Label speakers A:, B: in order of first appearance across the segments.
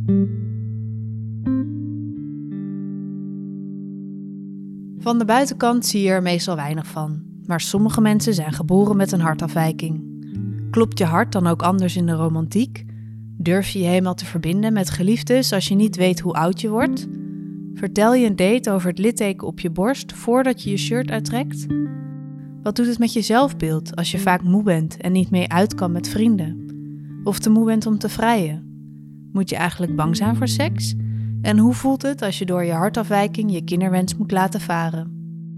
A: Van de buitenkant zie je er meestal weinig van, maar sommige mensen zijn geboren met een hartafwijking. Klopt je hart dan ook anders in de romantiek? Durf je je helemaal te verbinden met geliefdes als je niet weet hoe oud je wordt? Vertel je een date over het litteken op je borst voordat je je shirt uittrekt? Wat doet het met je zelfbeeld als je vaak moe bent en niet meer uit kan met vrienden? Of te moe bent om te vrijen? Moet je eigenlijk bang zijn voor seks? En hoe voelt het als je door je hartafwijking je kinderwens moet laten varen?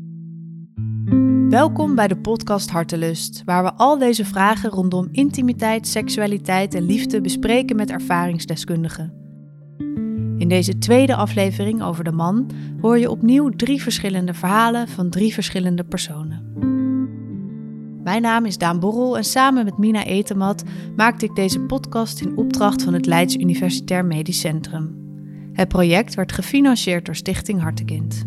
A: Welkom bij de podcast Hartelust, waar we al deze vragen rondom intimiteit, seksualiteit en liefde bespreken met ervaringsdeskundigen. In deze tweede aflevering over de man hoor je opnieuw 3 verschillende verhalen van 3 verschillende personen. Mijn naam is Daan Borrel en samen met Mina Etemat maakte ik deze podcast in opdracht van het Leids Universitair Medisch Centrum. Het project werd gefinancierd door Stichting Hartekind.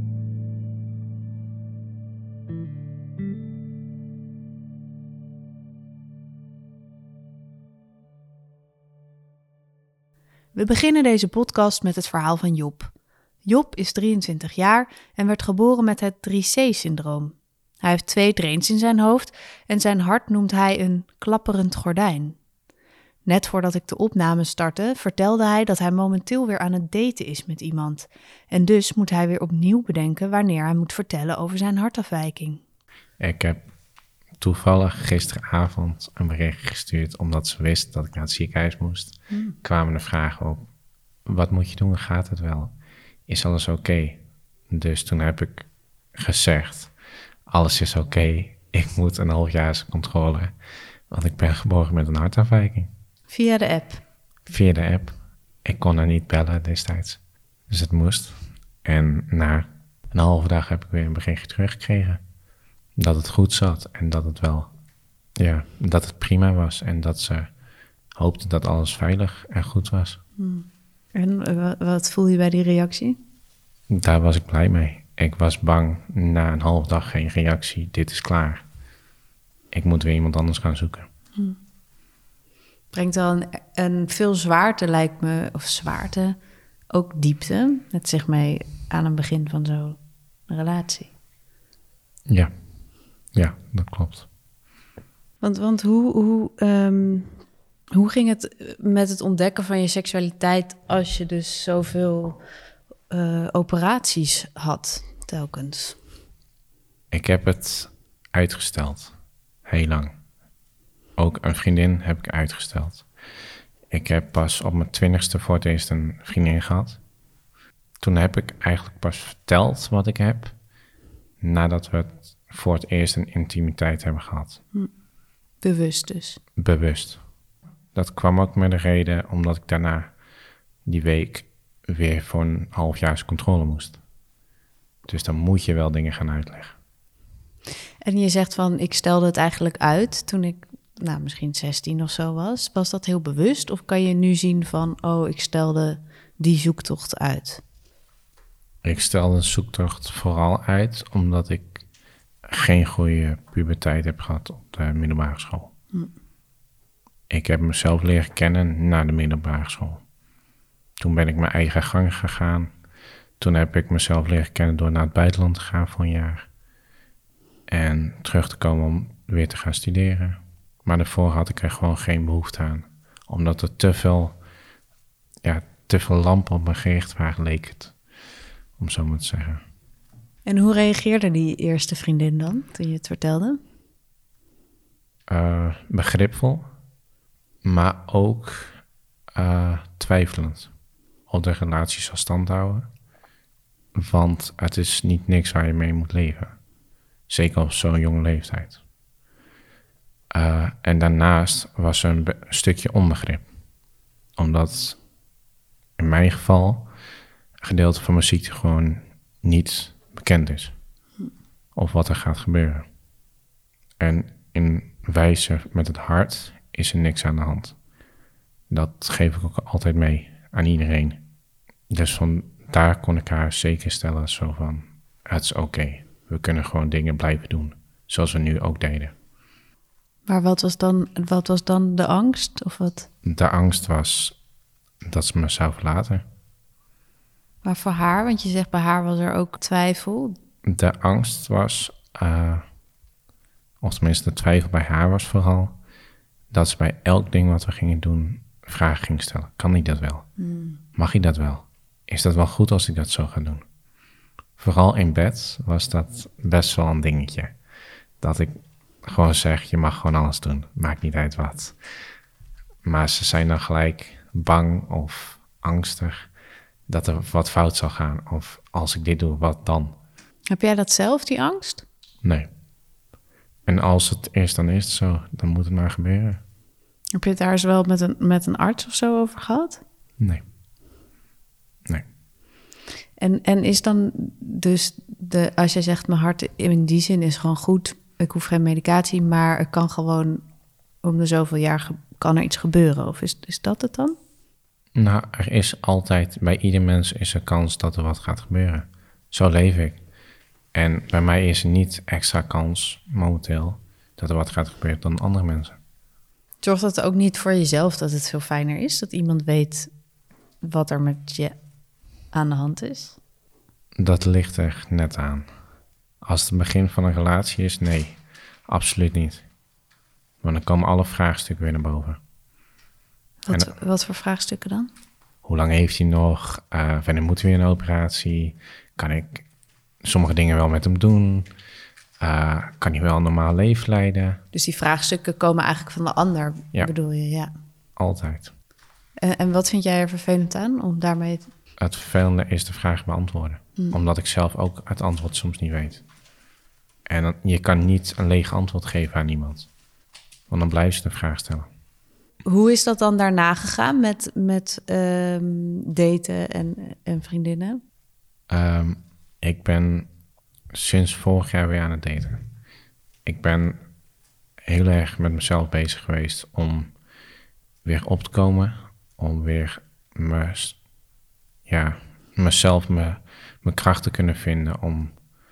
A: We beginnen deze podcast met het verhaal van Job. Job is 23 jaar en werd geboren met het 3C-syndroom. Hij heeft 2 drains in zijn hoofd en zijn hart noemt hij een klapperend gordijn. Net voordat ik de opname startte, vertelde hij dat hij momenteel weer aan het daten is met iemand. En dus moet hij weer opnieuw bedenken wanneer hij moet vertellen over zijn hartafwijking.
B: Ik heb toevallig gisteravond een bericht gestuurd omdat ze wist dat ik naar het ziekenhuis moest. Kwamen de vragen op, wat moet je doen, gaat het wel? Is alles oké? Dus toen heb ik gezegd, alles is oké. Ik moet een halfjaarscontrole, want ik ben geboren met een hartafwijking.
A: Via de app?
B: Via de app. Ik kon haar niet bellen destijds. Dus het moest. En na een halve dag heb ik weer een berichtje teruggekregen. Dat het goed zat en dat het wel, dat het prima was. En dat ze hoopte dat alles veilig en goed was.
A: En wat voel je bij die reactie?
B: Daar was ik blij mee. Ik was bang, na een halve dag geen reactie, dit is klaar. Ik moet weer iemand anders gaan zoeken.
A: Brengt dan een veel zwaarte, lijkt me, of zwaarte, ook diepte, met zich mee aan een begin van zo'n relatie.
B: Ja, dat klopt.
A: Want hoe ging het met het ontdekken van je seksualiteit als je dus zoveel operaties had telkens?
B: Ik heb het uitgesteld, heel lang. Ook een vriendin heb ik uitgesteld. Ik heb pas op mijn 20ste voor het eerst een vriendin gehad. Toen heb ik eigenlijk pas verteld wat ik heb, nadat we het voor het eerst een intimiteit hebben gehad.
A: Bewust dus?
B: Bewust. Dat kwam ook met de reden omdat ik daarna die week weer voor een halfjaarscontrole moest. Dus dan moet je wel dingen gaan uitleggen.
A: En je zegt van, ik stelde het eigenlijk uit toen ik misschien 16 of zo was. Was dat heel bewust? Of kan je nu zien van, ik stelde die zoektocht uit?
B: Ik stelde de zoektocht vooral uit omdat ik geen goede puberteit heb gehad op de middelbare school. Ik heb mezelf leren kennen na de middelbare school. Toen ben ik mijn eigen gang gegaan. Toen heb ik mezelf leren kennen door naar het buitenland te gaan voor een jaar. En terug te komen om weer te gaan studeren. Maar daarvoor had ik er gewoon geen behoefte aan. Omdat er te veel lampen op me gericht waren, leek het. Om zo maar te zeggen.
A: En hoe reageerde die eerste vriendin dan, toen je het vertelde?
B: Begripvol. Maar ook twijfelend. Of de relatie zal stand houden. Want het is niet niks waar je mee moet leven. Zeker op zo'n jonge leeftijd. En daarnaast was er een stukje onbegrip. Omdat in mijn geval een gedeelte van mijn ziekte gewoon niet bekend is. Of wat er gaat gebeuren. En in wijze met het hart is er niks aan de hand. Dat geef ik ook altijd mee aan iedereen. Dus van daar kon ik haar zeker stellen zo van, het is oké. We kunnen gewoon dingen blijven doen, zoals we nu ook deden.
A: Maar wat was dan de angst? Of wat?
B: De angst was dat ze me zou verlaten.
A: Maar voor haar, want je zegt bij haar was er ook twijfel.
B: De angst was, of tenminste de twijfel bij haar was vooral, dat ze bij elk ding wat we gingen doen vragen ging stellen. Kan ik dat wel? Mag ik dat wel? Is dat wel goed als ik dat zo ga doen? Vooral in bed was dat best wel een dingetje. Dat ik gewoon zeg, je mag gewoon alles doen. Maakt niet uit wat. Maar ze zijn dan gelijk bang of angstig dat er wat fout zal gaan. Of als ik dit doe, wat dan?
A: Heb jij dat zelf, die angst?
B: Nee. En als het is, dan is het zo. Dan moet het maar gebeuren.
A: Heb je het daar eens wel met een arts of zo over gehad?
B: Nee.
A: En is dan dus, als jij zegt mijn hart in die zin is gewoon goed, ik hoef geen medicatie, maar het kan gewoon om de zoveel jaar kan er iets gebeuren? Of is dat het dan?
B: Nou, er is altijd, bij ieder mens is er kans dat er wat gaat gebeuren. Zo leef ik. En bij mij is er niet extra kans momenteel dat er wat gaat gebeuren dan andere mensen.
A: Zorgt dat ook niet voor jezelf dat het veel fijner is? Dat iemand weet wat er met je aan de hand is?
B: Dat ligt er net aan. Als het begin van een relatie is, nee, absoluut niet. Maar dan komen alle vraagstukken weer naar boven.
A: Wat voor vraagstukken dan?
B: Hoe lang heeft hij nog? Wanneer moeten we in een operatie? Kan ik sommige dingen wel met hem doen? Kan hij wel een normaal leven leiden?
A: Dus die vraagstukken komen eigenlijk van de ander,
B: Ja.
A: bedoel je? Ja.
B: Altijd.
A: En wat vind jij er vervelend aan om daarmee...
B: Het vervelende is de vraag beantwoorden. Omdat ik zelf ook het antwoord soms niet weet. En je kan niet een leeg antwoord geven aan iemand. Want dan blijf je de vraag stellen.
A: Hoe is dat dan daarna gegaan met daten en vriendinnen?
B: Ik ben sinds vorig jaar weer aan het daten. Ik ben heel erg met mezelf bezig geweest om weer op te komen. Om weer mezelf, mijn kracht te kunnen vinden. Om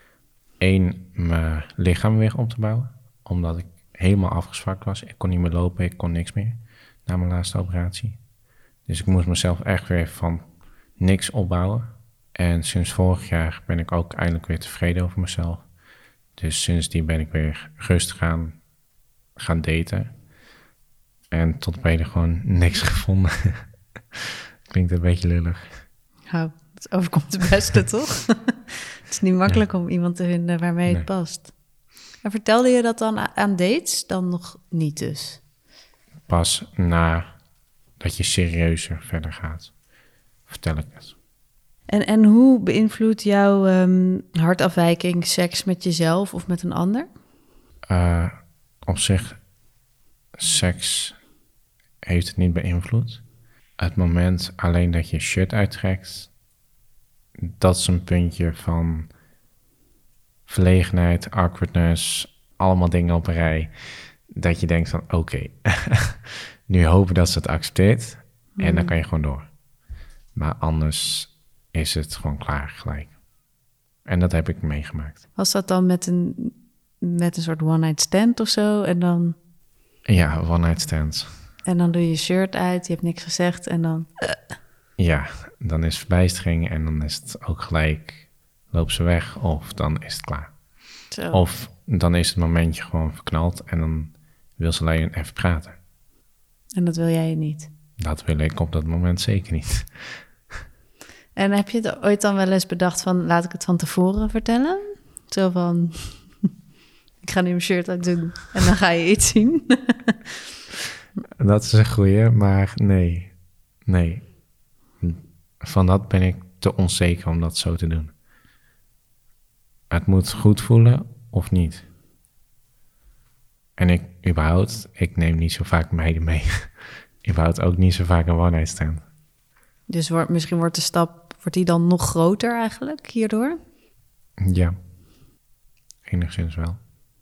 B: mijn lichaam weer op te bouwen. Omdat ik helemaal afgezwakt was. Ik kon niet meer lopen, ik kon niks meer. Na mijn laatste operatie. Dus ik moest mezelf echt weer van niks opbouwen. En sinds vorig jaar ben ik ook eindelijk weer tevreden over mezelf. Dus sindsdien ben ik weer rustig gaan daten. En tot op heden gewoon niks gevonden. Klinkt een beetje lullig.
A: Nou, het overkomt het beste, toch? Het is niet makkelijk om iemand te vinden waarmee het past. En vertelde je dat dan aan dates? Dan nog niet dus?
B: Pas nadat je serieuzer verder gaat, vertel ik het.
A: En hoe beïnvloedt jouw hartafwijking seks met jezelf of met een ander?
B: Op zich, seks heeft het niet beïnvloed. Het moment alleen dat je shirt uittrekt, dat is een puntje van verlegenheid, awkwardness, allemaal dingen op een rij. Dat je denkt van oké, nu hopen dat ze het accepteert en dan kan je gewoon door. Maar anders is het gewoon klaar gelijk. En dat heb ik meegemaakt.
A: Was dat dan met een soort one-night stand of zo? En dan...
B: Ja, one-night stands.
A: En dan doe je je shirt uit, je hebt niks gezegd en dan...
B: Ja, dan is verbijstering en dan is het ook gelijk, loop ze weg of dan is het klaar.
A: Zo.
B: Of dan is het momentje gewoon verknald en dan wil ze alleen even praten.
A: En dat wil jij niet?
B: Dat wil ik op dat moment zeker niet.
A: En heb je het ooit dan wel eens bedacht van, laat ik het van tevoren vertellen? Zo van, ik ga nu mijn shirt uit doen en dan ga je iets zien.
B: Dat is een goeie, maar nee. Van dat ben ik te onzeker om dat zo te doen. Het moet goed voelen of niet. En ik neem niet zo vaak meiden mee. Überhaupt ook niet zo vaak een one-night stand.
A: Dus misschien wordt die dan nog groter eigenlijk hierdoor?
B: Ja, enigszins wel.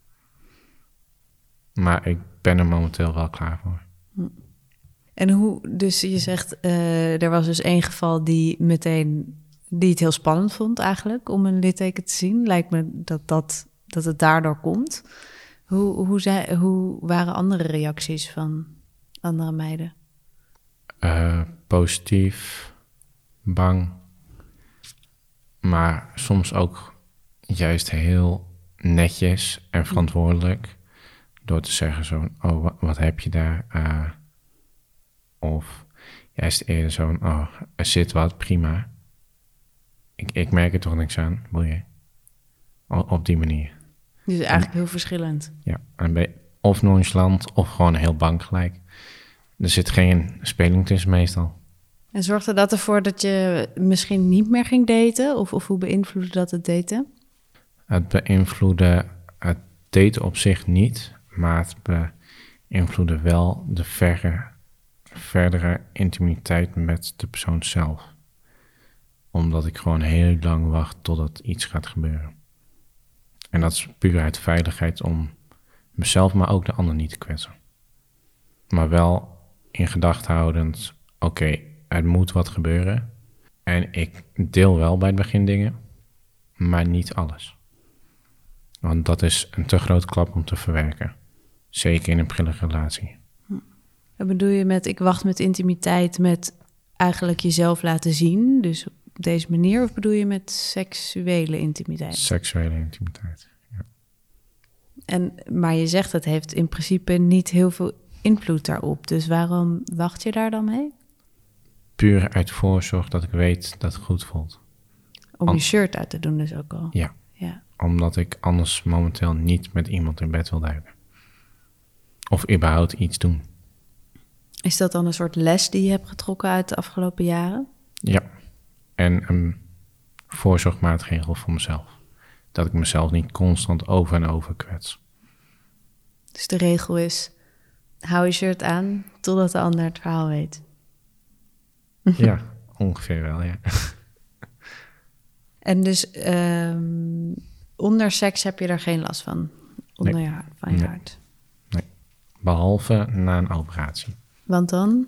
B: Maar ik ben er momenteel wel klaar voor.
A: En dus je zegt, er was dus één geval die het heel spannend vond eigenlijk om een litteken te zien. Lijkt me dat het daardoor komt. Hoe waren andere reacties van andere meiden?
B: positief, bang, maar soms ook juist heel netjes en verantwoordelijk door te zeggen zo, oh, wat heb je daar? Of juist eerder zo, oh, er zit wat, prima. Ik merk er toch niks aan, boeien. Op die manier.
A: Dus eigenlijk heel verschillend.
B: Ja, en ben je of nonchalant of gewoon heel bang gelijk. Er zit geen speling tussen meestal.
A: En zorgde dat ervoor dat je misschien niet meer ging daten? Of hoe beïnvloedde dat het daten?
B: Het beïnvloedde het daten op zich niet, maar het beïnvloedde wel de verdere intimiteit met de persoon zelf. Omdat ik gewoon heel lang wacht totdat iets gaat gebeuren. En dat is puur uit veiligheid om mezelf, maar ook de ander niet te kwetsen. Maar wel in gedachten houdend, oké, er moet wat gebeuren. En ik deel wel bij het begin dingen, maar niet alles. Want dat is een te grote klap om te verwerken. Zeker in een prille relatie.
A: Wat bedoel je met, ik wacht met intimiteit, met eigenlijk jezelf laten zien? Dus op deze manier, of bedoel je met seksuele intimiteit?
B: Seksuele intimiteit, ja.
A: Maar je zegt, het heeft in principe niet heel veel invloed daarop. Dus waarom wacht je daar dan mee?
B: Puur uit voorzorg dat ik weet dat het goed voelt.
A: Om je shirt uit te doen dus ook al?
B: Ja.
A: Ja.
B: Omdat ik anders momenteel niet met iemand in bed wil duiken. Of überhaupt iets doen.
A: Is dat dan een soort les die je hebt getrokken uit de afgelopen jaren?
B: Ja. En een voorzorgmaatregel voor mezelf. Dat ik mezelf niet constant over en over kwets.
A: Dus de regel is, hou je shirt aan totdat de ander het verhaal weet.
B: Ja, ongeveer wel, ja.
A: En dus onder seks heb je daar geen last van? Onder
B: Nee.
A: je hart?
B: Nee. Behalve na een operatie.
A: Want dan?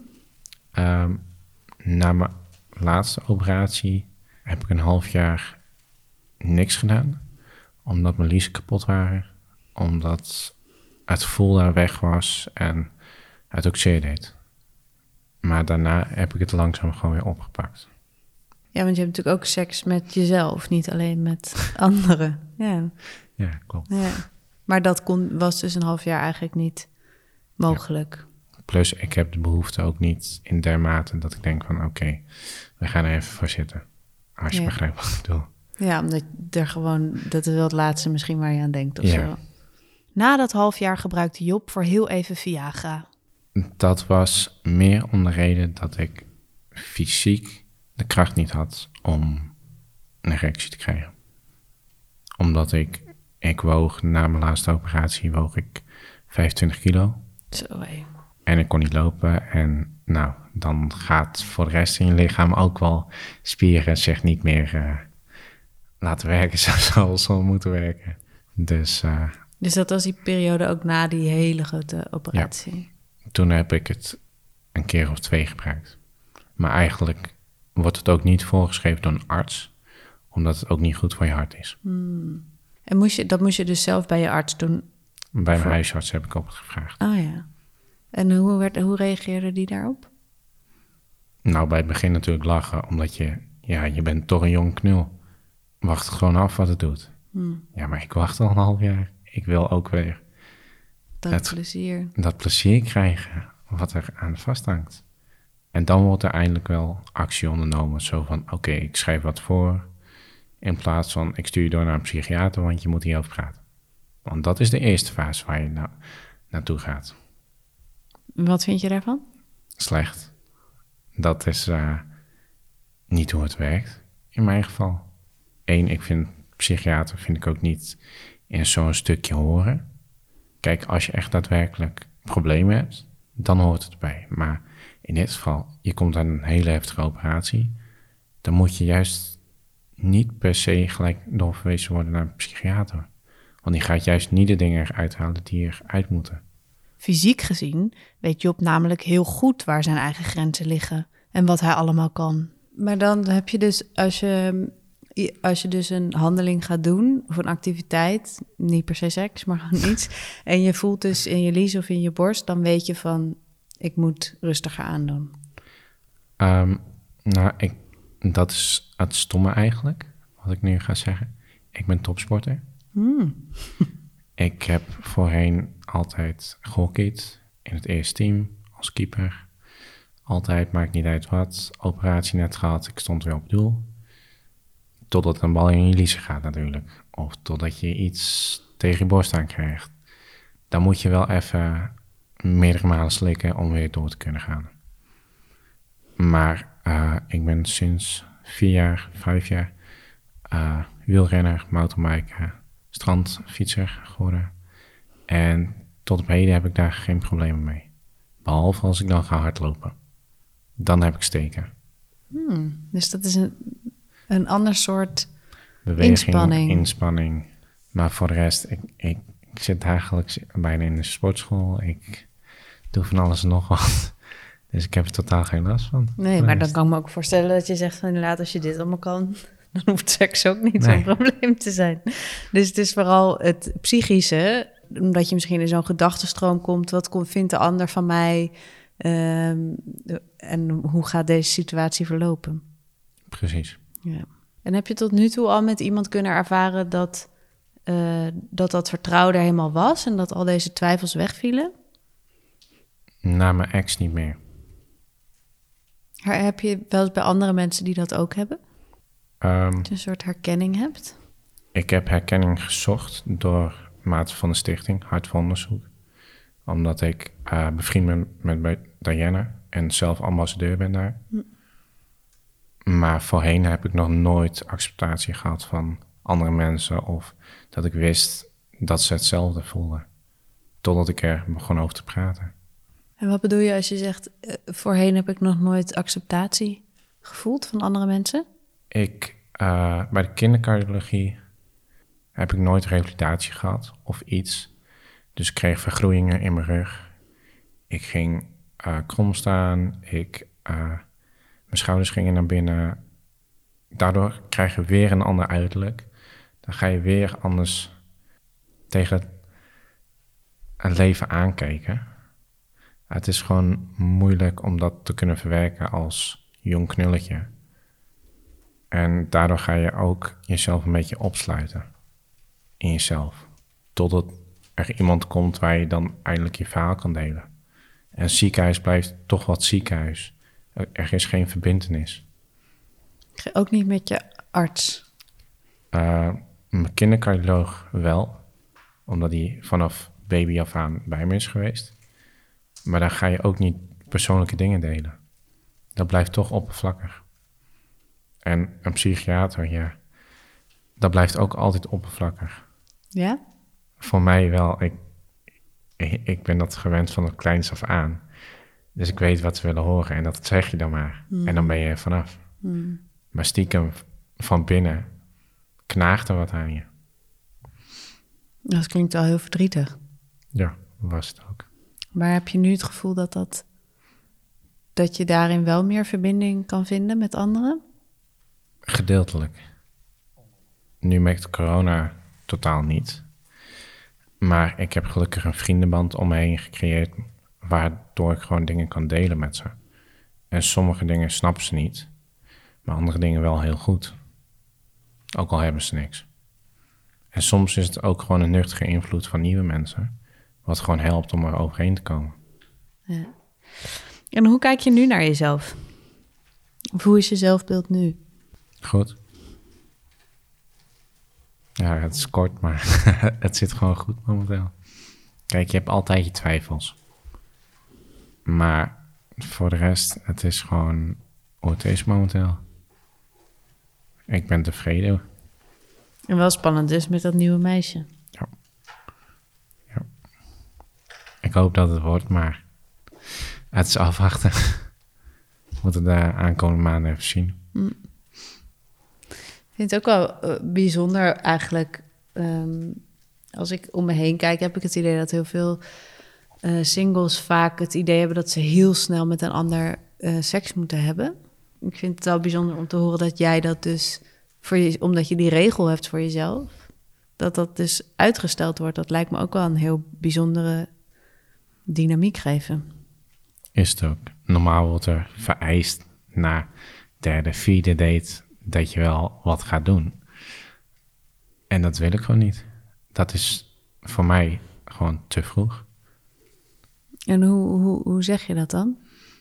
B: Na mijn laatste operatie heb ik een half jaar niks gedaan. Omdat mijn liezen kapot waren. Omdat het gevoel daar weg was en het ook zeer deed. Maar daarna heb ik het langzaam gewoon weer opgepakt.
A: Ja, want je hebt natuurlijk ook seks met jezelf, niet alleen met anderen. Ja.
B: Ja, klopt.
A: Ja. Maar dat was dus een half jaar eigenlijk niet mogelijk.
B: Ja. Plus, ik heb de behoefte ook niet in dermate dat ik denk van oké, we gaan er even voor zitten. Als je begrijpt wat ik bedoel.
A: Ja, omdat dat is wel het laatste misschien waar je aan denkt of
B: Ja.
A: zo. Na dat half jaar gebruikte Job voor heel even Viagra.
B: Dat was meer om de reden dat ik fysiek de kracht niet had om een erectie te krijgen. Omdat ik woog, na mijn laatste operatie woog ik 25 kilo.
A: Zo hé.
B: En ik kon niet lopen. En nou, dan gaat voor de rest in je lichaam ook wel spieren zich niet meer laten werken zoals ze moeten werken. Dus
A: dat was die periode ook na die hele grote operatie?
B: Ja, toen heb ik het een keer of 2 gebruikt. Maar eigenlijk wordt het ook niet voorgeschreven door een arts, omdat het ook niet goed voor je hart is.
A: En dat moest je dus zelf bij je arts doen?
B: Bij mijn huisarts heb ik op het gevraagd.
A: Oh ja. En hoe reageerde die daarop?
B: Nou, bij het begin natuurlijk lachen, omdat je bent toch een jong knul. Wacht gewoon af wat het doet. Ja, maar ik wacht al een half jaar. Ik wil ook weer dat plezier krijgen wat er aan vasthangt. En dan wordt er eindelijk wel actie ondernomen. Zo van, oké, ik schrijf wat voor. In plaats van, ik stuur je door naar een psychiater, want je moet hierover praten. Want dat is de eerste fase waar je naartoe gaat.
A: Wat vind je daarvan?
B: Slecht. Dat is niet hoe het werkt, in mijn geval. Ik vind psychiater vind ik ook niet in zo'n stukje horen. Kijk, als je echt daadwerkelijk problemen hebt, dan hoort het erbij. Maar in dit geval, je komt aan een hele heftige operatie. Dan moet je juist niet per se gelijk doorverwezen worden naar een psychiater. Want die gaat juist niet de dingen eruit halen die eruit moeten.
A: Fysiek gezien weet Job namelijk heel goed waar zijn eigen grenzen liggen en wat hij allemaal kan. Maar dan heb je dus, als je dus een handeling gaat doen, of een activiteit, niet per se seks, maar gewoon iets, en je voelt dus in je lies of in je borst, dan weet je van, ik moet rustiger aandoen.
B: Dat is het stomme eigenlijk, wat ik nu ga zeggen. Ik ben topsporter. Ik heb voorheen altijd gehockeyd in het eerste team als keeper. Altijd, maakt niet uit wat. Operatie net gehad, ik stond weer op doel. Totdat een bal in je liezen gaat natuurlijk. Of totdat je iets tegen je borst aan krijgt. Dan moet je wel even meerdere malen slikken om weer door te kunnen gaan. Maar ik ben sinds 5 jaar wielrenner, mountainbiker, strandfietser geworden. En tot op heden heb ik daar geen problemen mee. Behalve als ik dan ga hardlopen. Dan heb ik steken.
A: Dus dat is een ander soort
B: beweging, inspanning. Maar voor de rest, ik zit dagelijks bijna in de sportschool. Ik doe van alles en nog wat. Dus ik heb er totaal geen last van.
A: Nee, maar dan kan ik me ook voorstellen dat je zegt van inderdaad, als je dit allemaal kan, dan hoeft seks ook niet zo'n probleem te zijn. Dus het is vooral het psychische, omdat je misschien in zo'n gedachtenstroom komt. Wat vindt de ander van mij? En hoe gaat deze situatie verlopen?
B: Precies.
A: Ja. En heb je tot nu toe al met iemand kunnen ervaren dat vertrouwen er helemaal was en dat al deze twijfels wegvielen?
B: Na mijn ex niet meer.
A: Heb je wel eens bij andere mensen die dat ook hebben? Dat je een soort herkenning hebt?
B: Ik heb herkenning gezocht door Maarten van de Stichting, Hart voor Onderzoek. Omdat ik bevriend ben met Diana en zelf ambassadeur ben daar. Maar voorheen heb ik nog nooit acceptatie gehad van andere mensen of dat ik wist dat ze hetzelfde voelden. Totdat ik er begon over te praten.
A: En wat bedoel je als je zegt, voorheen heb ik nog nooit acceptatie gevoeld van andere mensen?
B: Bij de kindercardiologie heb ik nooit revalidatie gehad of iets. Dus ik kreeg vergroeien in mijn rug. Ik ging krom staan. Mijn schouders gingen naar binnen. Daardoor krijg je weer een ander uiterlijk. Dan ga je weer anders tegen het leven aankijken. Het is gewoon moeilijk om dat te kunnen verwerken als jong knulletje. En daardoor ga je ook jezelf een beetje opsluiten in jezelf. Totdat er iemand komt waar je dan eindelijk je verhaal kan delen. En ziekenhuis blijft toch wat ziekenhuis. Er is geen verbintenis.
A: Ook niet met je arts?
B: Mijn kindercardioloog wel. Omdat hij vanaf baby af aan bij me is geweest. Maar dan ga je ook niet persoonlijke dingen delen. Dat blijft toch oppervlakkig. En een psychiater, ja, dat blijft ook altijd oppervlakkig.
A: Ja?
B: Voor mij wel. Ik ben dat gewend van het kleins af aan. Dus ik weet wat ze willen horen en dat zeg je dan maar. En dan ben je er vanaf. Maar stiekem van binnen knaagt er wat aan je.
A: Dat klinkt wel heel verdrietig.
B: Ja, was het ook.
A: Maar heb je nu het gevoel dat je daarin wel meer verbinding kan vinden met anderen?
B: Gedeeltelijk. Nu met corona totaal niet. Maar ik heb gelukkig een vriendenband om me heen gecreëerd, waardoor ik gewoon dingen kan delen met ze. En sommige dingen snappen ze niet, maar andere dingen wel heel goed. Ook al hebben ze niks. En soms is het ook gewoon een nuchtige invloed van nieuwe mensen, wat gewoon helpt om er overheen te komen.
A: Ja. En hoe kijk je nu naar jezelf? Of hoe is je zelfbeeld nu?
B: Goed. Ja, het is kort, maar het zit gewoon goed momenteel. Kijk, je hebt altijd je twijfels. Maar voor de rest, het is gewoon hoe het is momenteel. Ik ben tevreden.
A: En wel spannend dus met dat nieuwe meisje.
B: Ja. Ik hoop dat het wordt, maar het is afwachten. We moeten de aankomende maanden even zien.
A: Ik vind het ook wel bijzonder eigenlijk. Als ik om me heen kijk, heb ik het idee dat heel veel singles vaak het idee hebben dat ze heel snel met een ander seks moeten hebben. Ik vind het wel bijzonder om te horen dat jij dat dus, omdat je die regel hebt voor jezelf, dat dus uitgesteld wordt. Dat lijkt me ook wel een heel bijzondere dynamiek geven.
B: Is het ook. Normaal wordt er vereist na derde, vierde date dat je wel wat gaat doen. En dat wil ik gewoon niet. Dat is voor mij gewoon te vroeg.
A: En hoe zeg je dat dan?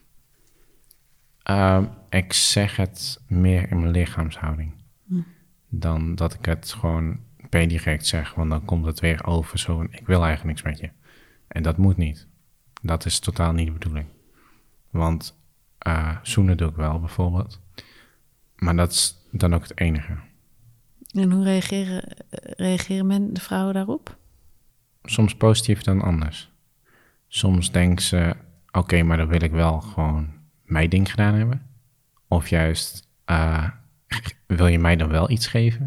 B: Ik zeg het meer in mijn lichaamshouding. Dan dat ik het gewoon per direct zeg. Want dan komt het weer over zo. Ik wil eigenlijk niks met je. En dat moet niet. Dat is totaal niet de bedoeling. Want zoenen doe ik wel bijvoorbeeld. Maar dat is dan ook het enige.
A: En hoe reageren de vrouwen daarop?
B: Soms positief dan anders. Soms denken ze, oké, maar dan wil ik wel gewoon mijn ding gedaan hebben. Of juist, wil je mij dan wel iets geven?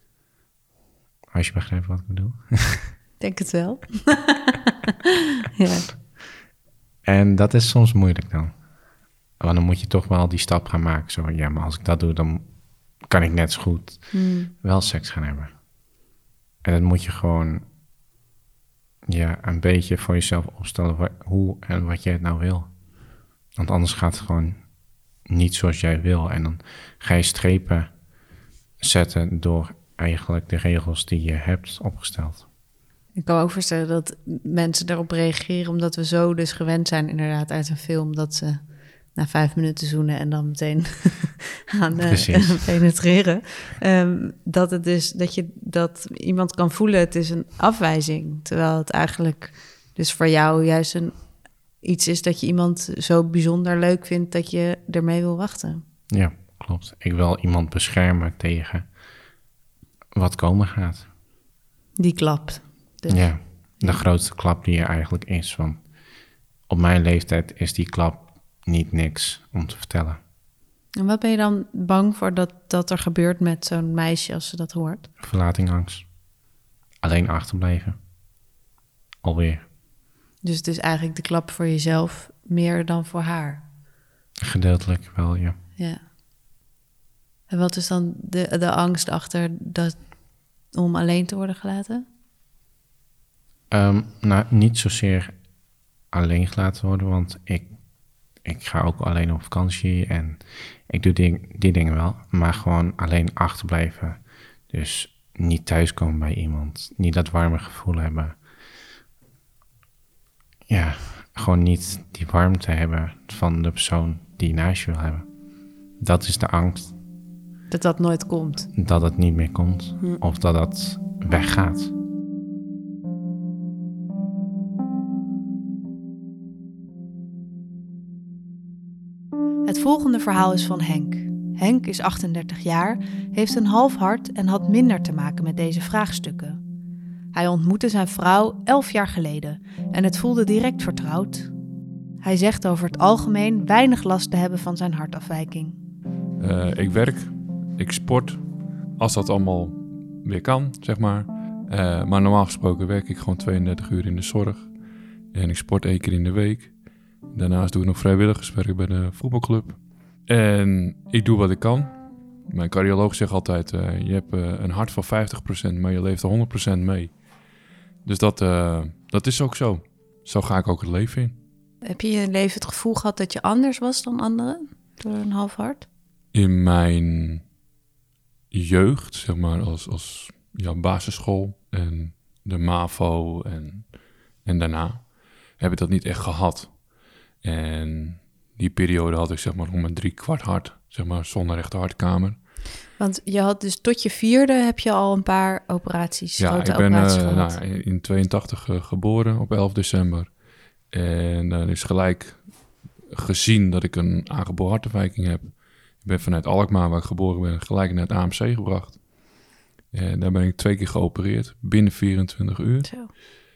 B: Als je begrijpt wat ik bedoel.
A: Denk het wel. Ja.
B: En dat is soms moeilijk dan. Want dan moet je toch wel die stap gaan maken. Zo van, ja, maar als ik dat doe, dan kan ik net zo goed wel seks gaan hebben. En dan moet je gewoon een beetje voor jezelf opstellen hoe en wat jij het nou wil. Want anders gaat het gewoon niet zoals jij wil. En dan ga je strepen zetten door eigenlijk de regels die je hebt opgesteld.
A: Ik kan me ook voorstellen dat mensen daarop reageren omdat we zo dus gewend zijn inderdaad uit een film dat ze na 5 minuten zoenen en dan meteen gaan penetreren. Dat het dus dat iemand kan voelen het is een afwijzing, terwijl het eigenlijk dus voor jou juist iets is dat je iemand zo bijzonder leuk vindt dat je ermee wil wachten.
B: Ja, klopt. Ik wil iemand beschermen tegen wat komen gaat.
A: Die klapt. Dus.
B: Ja, de grootste klap die er eigenlijk is. Want op mijn leeftijd is die klap niet niks om te vertellen.
A: En wat ben je dan bang voor dat er gebeurt met zo'n meisje als ze dat hoort?
B: Verlatingangst. Alleen achterblijven. Alweer.
A: Dus het is eigenlijk de klap voor jezelf meer dan voor haar?
B: Gedeeltelijk wel, ja.
A: Ja. En wat is dan de angst achter om alleen te worden gelaten?
B: Niet zozeer alleen gelaten worden, want ik ga ook alleen op vakantie en ik doe die dingen wel, maar gewoon alleen achterblijven. Dus niet thuiskomen bij iemand, niet dat warme gevoel hebben. Ja, gewoon niet die warmte hebben van de persoon die je naast je wil hebben. Dat is de angst.
A: Dat nooit komt.
B: Dat het niet meer komt, of dat het weggaat.
A: Het volgende verhaal is van Henk. Henk is 38 jaar, heeft een half hart en had minder te maken met deze vraagstukken. Hij ontmoette zijn vrouw 11 jaar geleden en het voelde direct vertrouwd. Hij zegt over het algemeen weinig last te hebben van zijn hartafwijking.
C: Ik werk, ik sport, als dat allemaal weer kan, zeg maar. Maar normaal gesproken werk ik gewoon 32 uur in de zorg. En ik sport 1 keer in de week. Daarnaast doe ik nog vrijwilligerswerk bij de voetbalclub. En ik doe wat ik kan. Mijn cardioloog zegt altijd, je hebt een hart van 50%, maar je leeft er 100% mee. Dus dat is ook zo. Zo ga ik ook het leven in.
A: Heb je in je leven het gevoel gehad dat je anders was dan anderen door een half hart?
C: In mijn jeugd, zeg maar, als basisschool en de MAVO en daarna, heb ik dat niet echt gehad. En die periode had ik zeg maar om een 3/4 hart, zeg maar, zonder rechte hartkamer.
A: Want je had dus tot je 4e heb je al een paar operaties, grote operaties gehad.
C: In 82 geboren op 11 december. En dan is gelijk gezien dat ik een aangeboren hartafwijking heb. Ik ben vanuit Alkmaar, waar ik geboren ben, gelijk naar het AMC gebracht. En daar ben ik 2 keer geopereerd, binnen 24 uur.
A: Zo.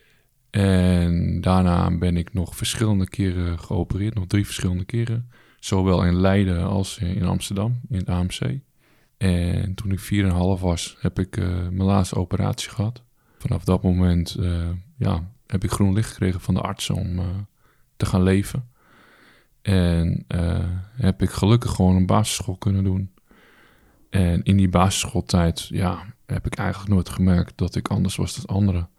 C: En daarna ben ik nog verschillende keren geopereerd, nog 3 verschillende keren. Zowel in Leiden als in Amsterdam, in het AMC. En toen ik 4,5 was, heb ik mijn laatste operatie gehad. Vanaf dat moment heb ik groen licht gekregen van de artsen om te gaan leven. En heb ik gelukkig gewoon een basisschool kunnen doen. En in die basisschooltijd heb ik eigenlijk nooit gemerkt dat ik anders was dan anderen.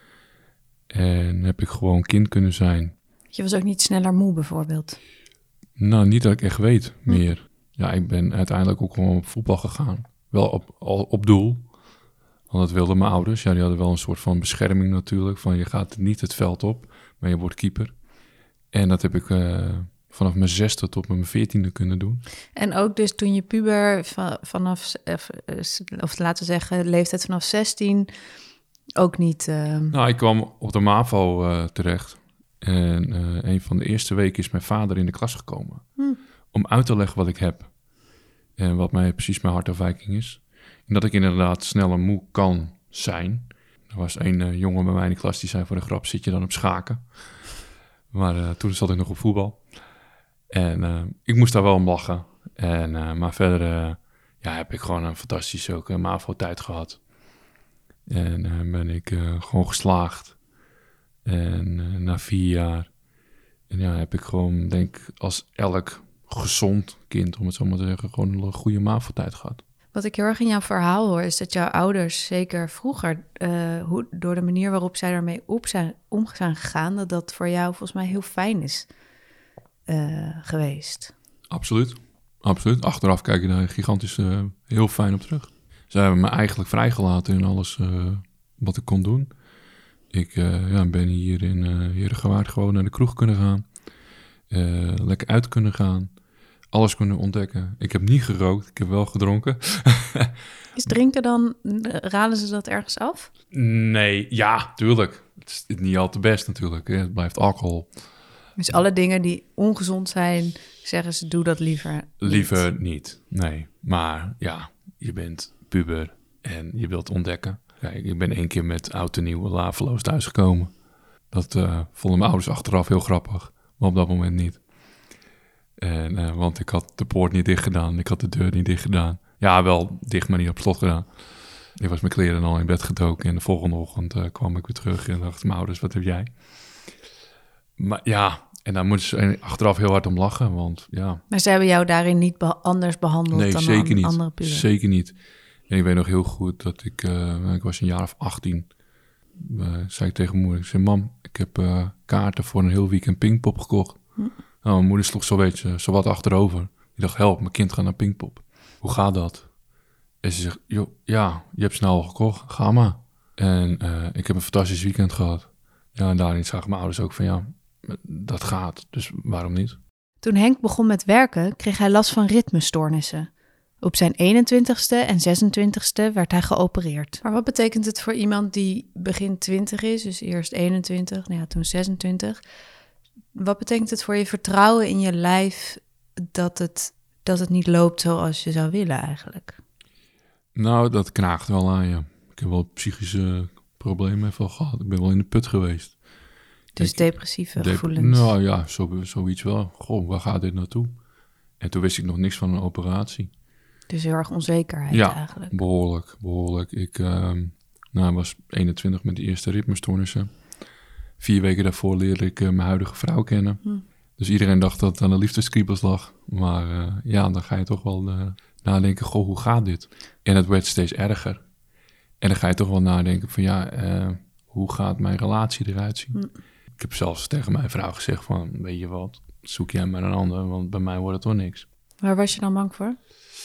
C: En heb ik gewoon kind kunnen zijn.
A: Je was ook niet sneller moe bijvoorbeeld?
C: Nou, niet dat ik echt weet meer. ja, ik ben uiteindelijk ook gewoon op voetbal gegaan. Wel op doel. Want dat wilden mijn ouders. Ja, die hadden wel een soort van bescherming natuurlijk. Van je gaat niet het veld op, maar je wordt keeper. En dat heb ik vanaf mijn 6e tot mijn 14e kunnen doen.
A: En ook dus toen je puber vanaf, of laten we zeggen, leeftijd vanaf 16, ook niet...
C: Nou, ik kwam op de MAVO terecht. En een van de eerste weken is mijn vader in de klas gekomen. Om uit te leggen wat ik heb. En wat mij precies mijn hartafwijking is. En dat ik inderdaad sneller moe kan zijn. Er was een jongen bij mij in de klas die zei voor de grap, zit je dan op schaken? Maar toen zat ik nog op voetbal. En ik moest daar wel om lachen. Maar verder heb ik gewoon een fantastische ook MAVO-tijd gehad. En ben ik gewoon geslaagd. En na 4 jaar heb ik gewoon, denk als elk gezond kind, om het zo maar te zeggen, gewoon een goede MAVO-tijd gehad.
A: Wat ik heel erg in jouw verhaal hoor, is dat jouw ouders zeker vroeger, door de manier waarop zij daarmee om zijn gegaan, dat voor jou volgens mij heel fijn is geweest.
C: Absoluut. Achteraf kijk je daar gigantisch heel fijn op terug. Ze hebben me eigenlijk vrijgelaten in alles wat ik kon doen. Ik ben hier in Heerdegewaard gewoon naar de kroeg kunnen gaan. Lekker uit kunnen gaan. Alles kunnen ontdekken. Ik heb niet gerookt, ik heb wel gedronken.
A: Is drinken dan, raden ze dat ergens af?
C: Nee, ja, tuurlijk. Het is niet al te best natuurlijk. Hè. Het blijft alcohol.
A: Dus alle dingen die ongezond zijn, zeggen ze, doe dat liever niet.
C: Liever niet, nee. Maar ja, je bent puber en je wilt ontdekken. Kijk, ik ben 1 keer met oud en nieuw laveloos thuisgekomen. Dat vonden mijn ouders achteraf heel grappig, maar op dat moment niet. Want ik had de poort niet dicht gedaan, ik had de deur niet dicht gedaan. Ja, wel dicht, maar niet op slot gedaan. Ik was mijn kleren al in bed gedoken en de volgende ochtend kwam ik weer terug en dacht mijn ouders, wat heb jij? Maar ja, en daar moeten ze achteraf heel hard om lachen, want ja.
A: Maar ze hebben jou daarin niet anders behandeld dan
C: zeker niet.
A: Andere pubers?
C: Zeker niet. En ik weet nog heel goed dat ik was een jaar of 18. Zei ik tegen mijn moeder, ik zei, mam, ik heb kaarten voor een heel weekend Pinkpop gekocht. Nou, mijn moeder sloeg zo wat achterover. Die dacht, help, mijn kind gaat naar Pinkpop. Hoe gaat dat? En ze zegt, joh, ja, je hebt snel al gekocht, ga maar. En ik heb een fantastisch weekend gehad. Ja, en daarin zagen mijn ouders ook van, ja, dat gaat, dus waarom niet?
A: Toen Henk begon met werken, kreeg hij last van ritmestoornissen. Op zijn 21ste en 26ste werd hij geopereerd. Maar wat betekent het voor iemand die begin 20 is, dus eerst 21, toen 26... Wat betekent het voor je vertrouwen in je lijf dat het niet loopt zoals je zou willen eigenlijk?
C: Nou, dat knaagt wel aan je. Ik heb wel psychische problemen even gehad. Ik ben wel in de put geweest.
A: Dus depressieve gevoelens?
C: Nou ja, zoiets wel. Goh, waar gaat dit naartoe? En toen wist ik nog niks van een operatie.
A: Dus heel erg onzekerheid eigenlijk? Ja,
C: behoorlijk. Ik was 21 met de eerste ritmestoornissen. 4 weken daarvoor leerde ik mijn huidige vrouw kennen. Dus iedereen dacht dat het aan de liefdeskriebels lag. Maar dan ga je toch wel nadenken, goh, hoe gaat dit? En het werd steeds erger. En dan ga je toch wel nadenken van hoe gaat mijn relatie eruit zien? Ik heb zelfs tegen mijn vrouw gezegd van, weet je wat, zoek jij maar een ander, want bij mij wordt het toch niks.
A: Waar was je dan bang voor?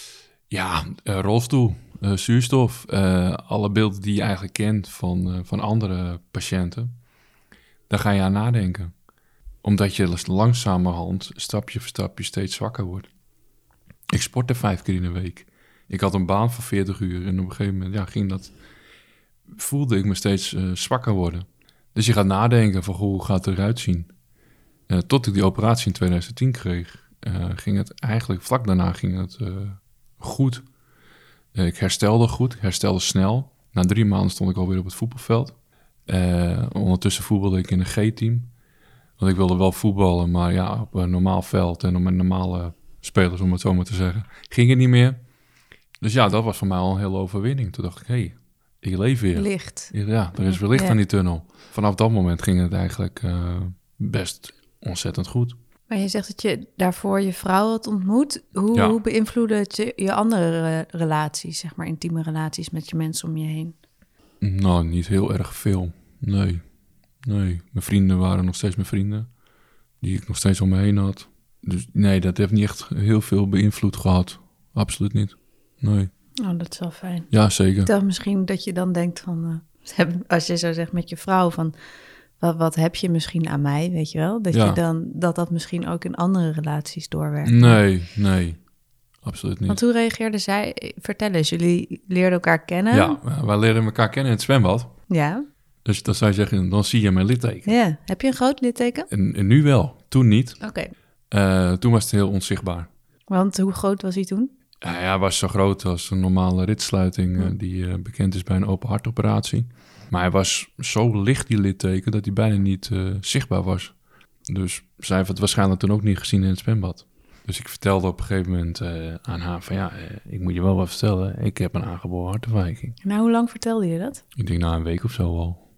C: Ja, rolstoel, zuurstof, alle beelden die je eigenlijk kent van andere patiënten. Daar ga je aan nadenken. Omdat je langzamerhand, stapje voor stapje, steeds zwakker wordt. Ik sportte 5 keer in de week. Ik had een baan van 40 uur. En op een gegeven moment voelde ik me steeds zwakker worden. Dus je gaat nadenken van hoe gaat het eruit zien. Tot ik die operatie in 2010 kreeg, ging het eigenlijk, vlak daarna ging het goed. Ik herstelde goed, ik herstelde snel. Na 3 maanden stond ik alweer op het voetbalveld. Ondertussen voetbalde ik in een G-team. Want ik wilde wel voetballen, maar op een normaal veld en met normale spelers, om het zo maar te zeggen, ging het niet meer. Dus dat was voor mij al een hele overwinning. Toen dacht ik, ik leef weer.
A: Licht.
C: Ja, er is weer licht aan die tunnel. Vanaf dat moment ging het eigenlijk best ontzettend goed.
A: Maar je zegt dat je daarvoor je vrouw had ontmoet. Hoe beïnvloedde het je andere relaties, zeg maar intieme relaties met je mensen om je heen?
C: Nou, niet heel erg veel. Nee. Mijn vrienden waren nog steeds mijn vrienden. Die ik nog steeds om me heen had. Dus nee, dat heeft niet echt heel veel beïnvloed gehad. Absoluut niet. Nee.
A: Oh, dat is wel fijn.
C: Ja, zeker.
A: Ik dacht misschien dat je dan denkt van... als je zo zegt met je vrouw van... Wat heb je misschien aan mij, weet je wel? Dat je dan dat misschien ook in andere relaties doorwerkt.
C: Nee. Absoluut niet.
A: Want hoe reageerde zij? Vertel eens, jullie leerden elkaar kennen?
C: Ja, wij leren elkaar kennen in het zwembad.
A: Ja.
C: Dus dan zou je zeggen, dan zie je mijn litteken.
A: Ja. Heb je een groot litteken?
C: En nu wel, toen niet.
A: Oké.
C: Toen was het heel onzichtbaar.
A: Want hoe groot was hij toen?
C: Hij was zo groot als een normale ritsluiting die bekend is bij een open hartoperatie. Maar hij was zo licht, die litteken, dat hij bijna niet zichtbaar was. Dus zij heeft het waarschijnlijk toen ook niet gezien in het zwembad. Dus ik vertelde op een gegeven moment aan haar van ik moet je wel wat vertellen. Ik heb een aangeboren hartafwijking.
A: Nou, hoe lang vertelde je dat?
C: Ik denk na een week of zo al.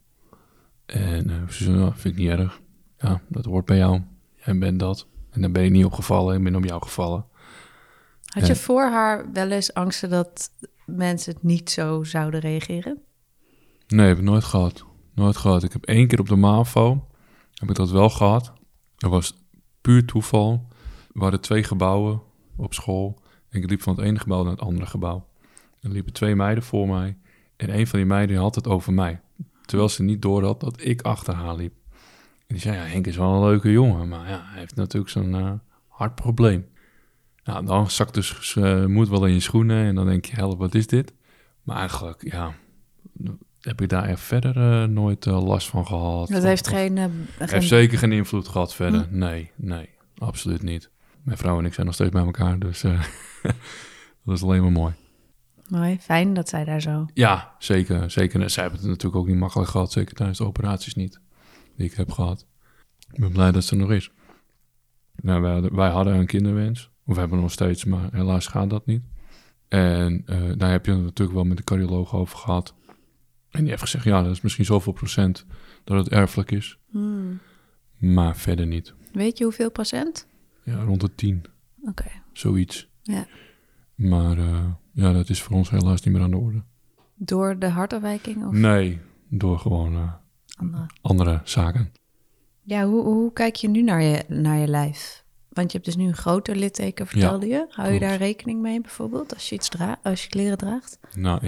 C: En ze zei, vind ik niet erg. Ja, dat hoort bij jou. Jij bent dat. En dan ben ik niet opgevallen, ik ben op jou gevallen.
A: Had je voor haar wel eens angsten dat mensen het niet zo zouden reageren?
C: Nee, heb ik nooit gehad. Nooit gehad. Ik heb 1 keer op de MAVO, heb ik dat wel gehad. Dat was puur toeval. We hadden 2 gebouwen op school. En ik liep van het ene gebouw naar het andere gebouw. Er liepen 2 meiden voor mij. En een van die meiden had het over mij. Terwijl ze niet door had dat ik achter haar liep. En die zei, Henk is wel een leuke jongen. Maar hij heeft natuurlijk zo'n hartprobleem. Nou, dan zakt dus moed wel in je schoenen. En dan denk je, help, wat is dit? Maar eigenlijk, heb ik daar echt verder nooit last van gehad.
A: Dat heeft
C: heeft zeker geen invloed gehad verder. Nee, absoluut niet. Mijn vrouw en ik zijn nog steeds bij elkaar, dus dat is alleen maar mooi.
A: Mooi, fijn dat zij daar zo...
C: Ja, zeker. En zij hebben het natuurlijk ook niet makkelijk gehad, zeker tijdens de operaties niet, die ik heb gehad. Ik ben blij dat ze er nog is. Nou, wij hadden een kinderwens, of we hebben nog steeds, maar helaas gaat dat niet. En daar heb je het natuurlijk wel met de cardioloog over gehad. En die heeft gezegd, dat is misschien zoveel procent dat het erfelijk is. Maar verder niet.
A: Weet je hoeveel procent?
C: Ja, rond de 10.
A: Oké.
C: Zoiets.
A: Ja.
C: Maar dat is voor ons helaas niet meer aan de orde.
A: Door de hartafwijking? Of?
C: Nee, door gewoon andere zaken.
A: Ja, hoe kijk je nu naar je lijf? Want je hebt dus nu een groter litteken, vertelde je. Hou je daar rekening mee bijvoorbeeld als je kleren draagt?
C: Nou,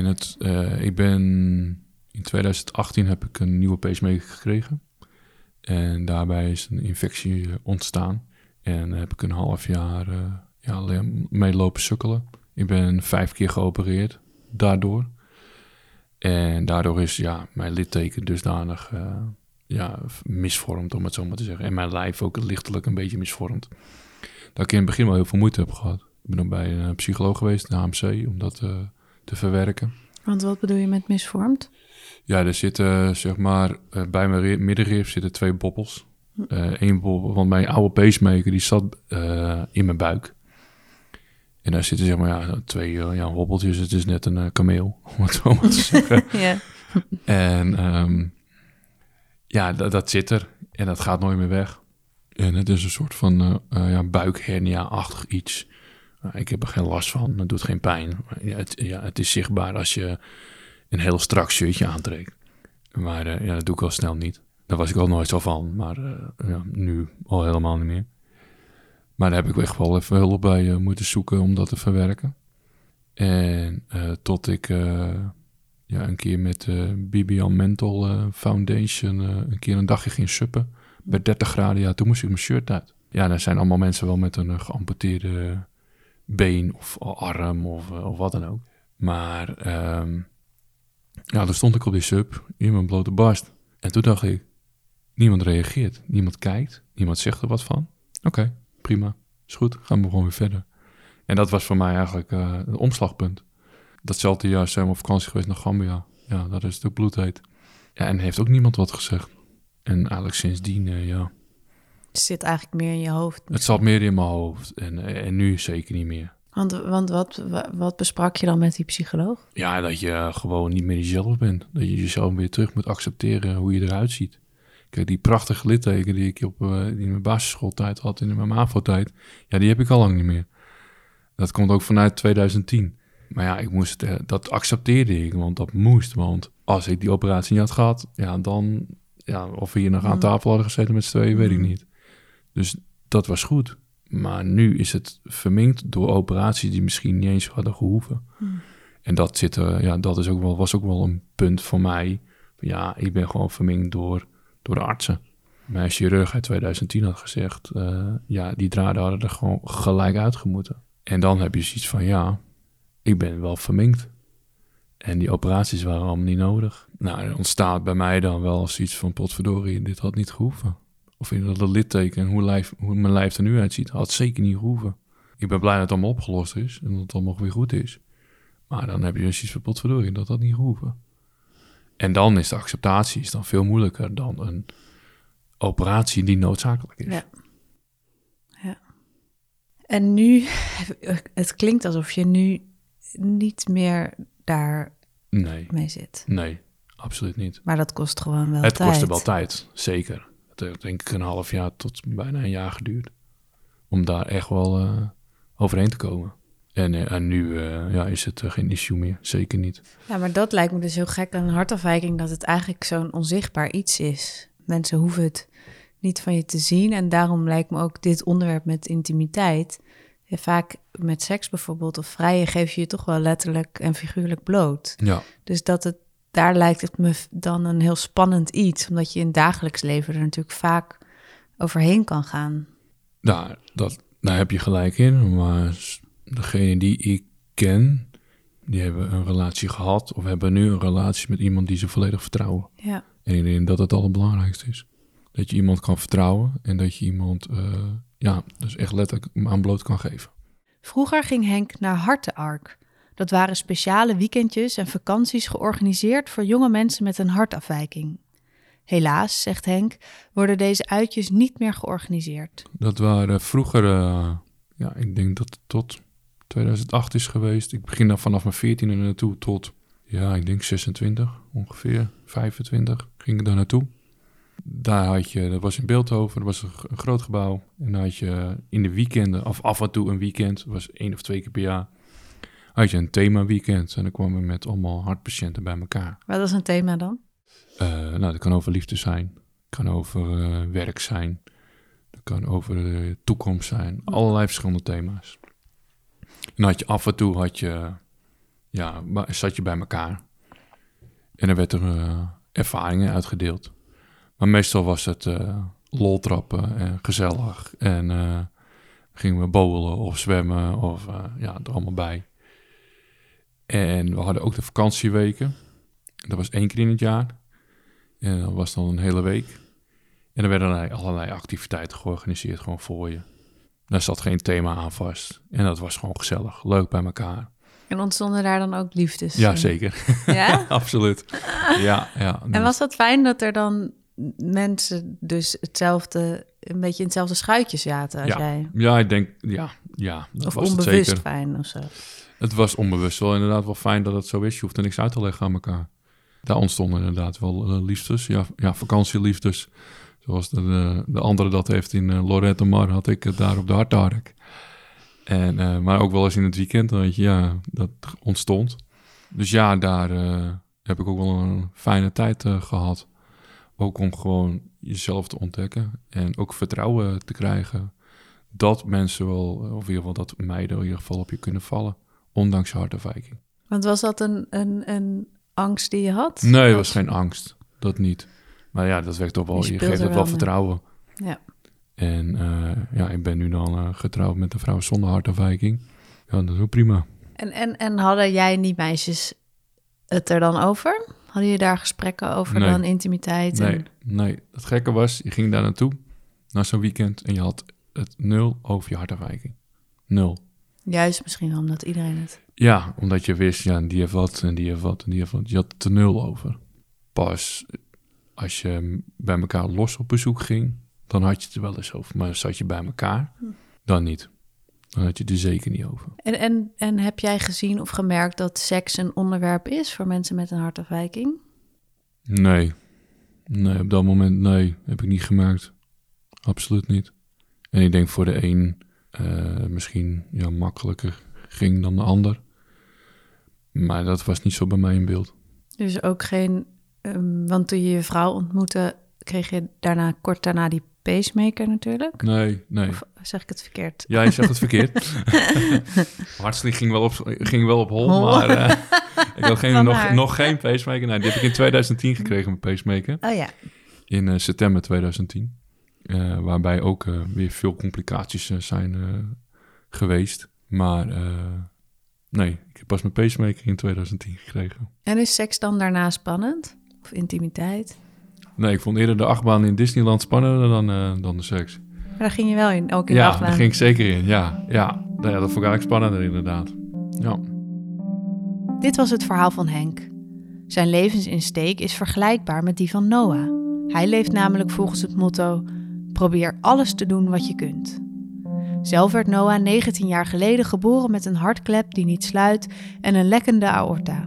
C: in 2018 heb ik een nieuwe pacemaker gekregen. En daarbij is een infectie ontstaan. En heb ik een half jaar mee lopen sukkelen. Ik ben 5 keer geopereerd daardoor. En daardoor is mijn litteken dusdanig misvormd, om het zo maar te zeggen. En mijn lijf ook lichtelijk een beetje misvormd. Dat ik in het begin wel heel veel moeite heb gehad. Ik ben ook bij een psycholoog geweest, de AMC, om dat te verwerken.
A: Want wat bedoel je met misvormd?
C: Ja, er zitten bij mijn middenrif zitten 2 bobbels. 1 bobbel, want mijn oude pacemaker die zat in mijn buik. En daar zitten 2 hobbeltjes. Het is net een kameel, om het zo maar te zeggen.
A: Ja.
C: En dat zit er. En dat gaat nooit meer weg. En het is een soort van buikhernia-achtig iets. Ik heb er geen last van. Het doet geen pijn. Het is zichtbaar als je een heel strak shirtje aantrekt. Maar dat doe ik al snel niet. Daar was ik al nooit zo van. Maar nu al helemaal niet meer. Maar daar heb ik echt wel even hulp bij moeten zoeken om dat te verwerken. En tot ik een keer met BBL Mental Foundation een keer een dagje ging suppen. Bij 30 graden, toen moest ik mijn shirt uit. Ja, daar zijn allemaal mensen wel met een geamputeerde been of arm of wat dan ook. Maar toen stond ik op die sub in mijn blote barst. En toen dacht ik, niemand reageert, niemand kijkt, niemand zegt er wat van. Oké, prima, is goed, gaan we gewoon weer verder. En dat was voor mij eigenlijk het omslagpunt. Datzelfde jaar zijn we op vakantie geweest naar Gambia. Ja, dat is natuurlijk bloedheet. Ja, en heeft ook niemand wat gezegd. En eigenlijk sindsdien,
A: Het zit eigenlijk meer in je hoofd. Misschien.
C: Het zat meer in mijn hoofd. En nu zeker niet meer.
A: Want wat besprak je dan met die psycholoog?
C: Ja, dat je gewoon niet meer jezelf bent. Dat je jezelf weer terug moet accepteren hoe je eruit ziet. Kijk, die prachtige litteken die ik die in mijn basisschooltijd had, in mijn MAVO-tijd, die heb ik al lang niet meer. Dat komt ook vanuit 2010. Maar ja, dat accepteerde ik, want dat moest. Want als ik die operatie niet had gehad, dan... Ja, of we hier nog aan tafel hadden gezeten met z'n tweeën, weet ik niet. Dus dat was goed. Maar nu is het verminkt door operaties die misschien niet eens hadden gehoeven. En dat was ook wel een punt voor mij. Ja, ik ben gewoon verminkt door de artsen. Mijn chirurg uit 2010 had gezegd... die draden hadden er gewoon gelijk uitgemoeten. En dan heb je zoiets van, ja, ik ben wel verminkt. En die operaties waren allemaal niet nodig. Nou, er ontstaat bij mij dan wel zoiets van... potverdorie, dit had niet gehoeven. Of in dat litteken, hoe mijn lijf er nu uitziet... had zeker niet gehoeven. Ik ben blij dat het allemaal opgelost is... en dat het allemaal weer goed is. Maar dan heb je zoiets van potverdorie, dat had niet gehoeven. En dan is de acceptatie dan veel moeilijker... dan een operatie die noodzakelijk is.
A: Ja. En nu, het klinkt alsof je nu niet meer daar mee zit.
C: Nee, absoluut niet.
A: Maar dat kost gewoon wel
C: tijd. Het kostte wel tijd, zeker. Het heeft denk ik een half jaar tot bijna een jaar geduurd. Om daar echt wel overheen te komen. En nu is het geen issue meer, zeker niet.
A: Ja, maar dat lijkt me dus heel gek aan een hartafwijking... dat het eigenlijk zo'n onzichtbaar iets is. Mensen hoeven het niet van je te zien. En daarom lijkt me ook dit onderwerp met intimiteit... vaak met seks bijvoorbeeld of vrijen... geef je je toch wel letterlijk en figuurlijk bloot.
C: Ja.
A: Dus daar lijkt het me dan een heel spannend iets... omdat je in het dagelijks leven er natuurlijk vaak overheen kan gaan.
C: Daar heb je gelijk in, maar degene die ik ken... die hebben een relatie gehad of hebben nu een relatie met iemand die ze volledig vertrouwen.
A: Ja.
C: En ik denk dat het allerbelangrijkste is. Dat je iemand kan vertrouwen en dat je iemand dus echt letterlijk aan bloot kan geven.
A: Vroeger ging Henk naar Hartenark. Dat waren speciale weekendjes en vakanties georganiseerd voor jonge mensen met een hartafwijking. Helaas, zegt Henk, worden deze uitjes niet meer georganiseerd.
C: Dat waren vroeger, ik denk dat het tot 2008 is geweest. Ik begin dan vanaf mijn 14e naartoe tot, ik denk 26, ongeveer 25 ging ik daar naartoe. Daar had je, dat was in Beeldhoven, dat was een groot gebouw. En dan had je in de weekenden, of af en toe een weekend, dat was 1 of 2 keer per jaar, had je een thema-weekend. En dan kwamen we met allemaal hartpatiënten bij elkaar.
A: Wat was een thema dan?
C: Dat kan over liefde zijn, kan over werk zijn, dat kan over de toekomst zijn. Allerlei verschillende thema's. En had je af en toe, zat je bij elkaar. En er werd er ervaringen uitgedeeld. Maar meestal was het loltrappen en gezellig. En gingen we bowlen of zwemmen of er allemaal bij. En we hadden ook de vakantieweken. Dat was 1 keer in het jaar. En dat was dan een hele week. En er werden allerlei activiteiten georganiseerd gewoon voor je. Daar zat geen thema aan vast. En dat was gewoon gezellig, leuk bij elkaar.
A: En ontstonden daar dan ook liefdes?
C: Ja, zeker.
A: Ja?
C: Absoluut. Ja.
A: En was dat fijn dat er dan mensen dus een beetje in hetzelfde schuitje zaten als jij?
C: Ja, ik denk, dat
A: of
C: was
A: onbewust
C: het zeker.
A: Fijn of zo?
C: Het was onbewust wel inderdaad wel fijn dat het zo is. Je hoeft er niks uit te leggen aan elkaar. Daar ontstonden inderdaad wel liefdes. Ja, vakantieliefdes. Zoals de andere dat heeft in Lorette Mar, had ik het daar op de Hartenark. Maar ook wel eens in het weekend, dat ontstond. Dus daar heb ik ook wel een fijne tijd gehad. Ook om gewoon jezelf te ontdekken en ook vertrouwen te krijgen dat mensen wel, of in ieder geval dat meiden in ieder geval op je kunnen vallen, ondanks je hartafwijking.
A: Want was dat een angst die je had?
C: Nee, het was geen angst, dat niet. Maar dat werkt toch wel, je geeft het wel vertrouwen.
A: Ja.
C: En ik ben nu dan getrouwd met een vrouw zonder hartafwijking. Ja, dat is ook prima.
A: En hadden jij en die meisjes het er dan over? Hadden je daar gesprekken over dan intimiteit?
C: Nee, het gekke was, je ging daar naartoe, naar zo'n weekend, en je had het 0 over je hartafwijking. 0.
A: Juist misschien wel, omdat iedereen het...
C: Ja, omdat je wist, die heeft wat en die heeft wat en die heeft wat. Je had het er 0 over. Pas als je bij elkaar los op bezoek ging, dan had je het er wel eens over. Maar zat je bij elkaar, dan niet. Dan had je het er zeker niet over.
A: En heb jij gezien of gemerkt dat seks een onderwerp is voor mensen met een hartafwijking?
C: Nee, op dat moment heb ik niet gemerkt. Absoluut niet. En ik denk voor de een misschien makkelijker ging dan de ander. Maar dat was niet zo bij mij in beeld.
A: Dus ook geen... want toen je je vrouw ontmoette, kreeg je kort daarna die pacemaker natuurlijk.
C: Nee.
A: Of zeg ik het verkeerd?
C: Ja, je zegt het verkeerd. Hartslag ging wel op hol, maar ik had nog geen pacemaker. Nee, die heb ik in 2010 gekregen, mijn pacemaker.
A: Oh ja.
C: In september 2010. Waarbij ook weer veel complicaties zijn geweest. Maar nee, ik heb pas mijn pacemaker in 2010 gekregen.
A: En is seks dan daarna spannend? Of intimiteit?
C: Nee, ik vond eerder de achtbaan in Disneyland spannender dan de seks.
A: Maar daar ging je wel in, ook in de
C: Ja,
A: achtbaan.
C: daar ging ik zeker in, ja. Ja, dat vond ik eigenlijk spannender inderdaad. Ja.
A: Dit was het verhaal van Henk. Zijn levensinsteek is vergelijkbaar met die van Noah. Hij leeft namelijk volgens het motto: probeer alles te doen wat je kunt. Zelf werd Noah 19 jaar geleden geboren met een hartklep die niet sluit en een lekkende aorta.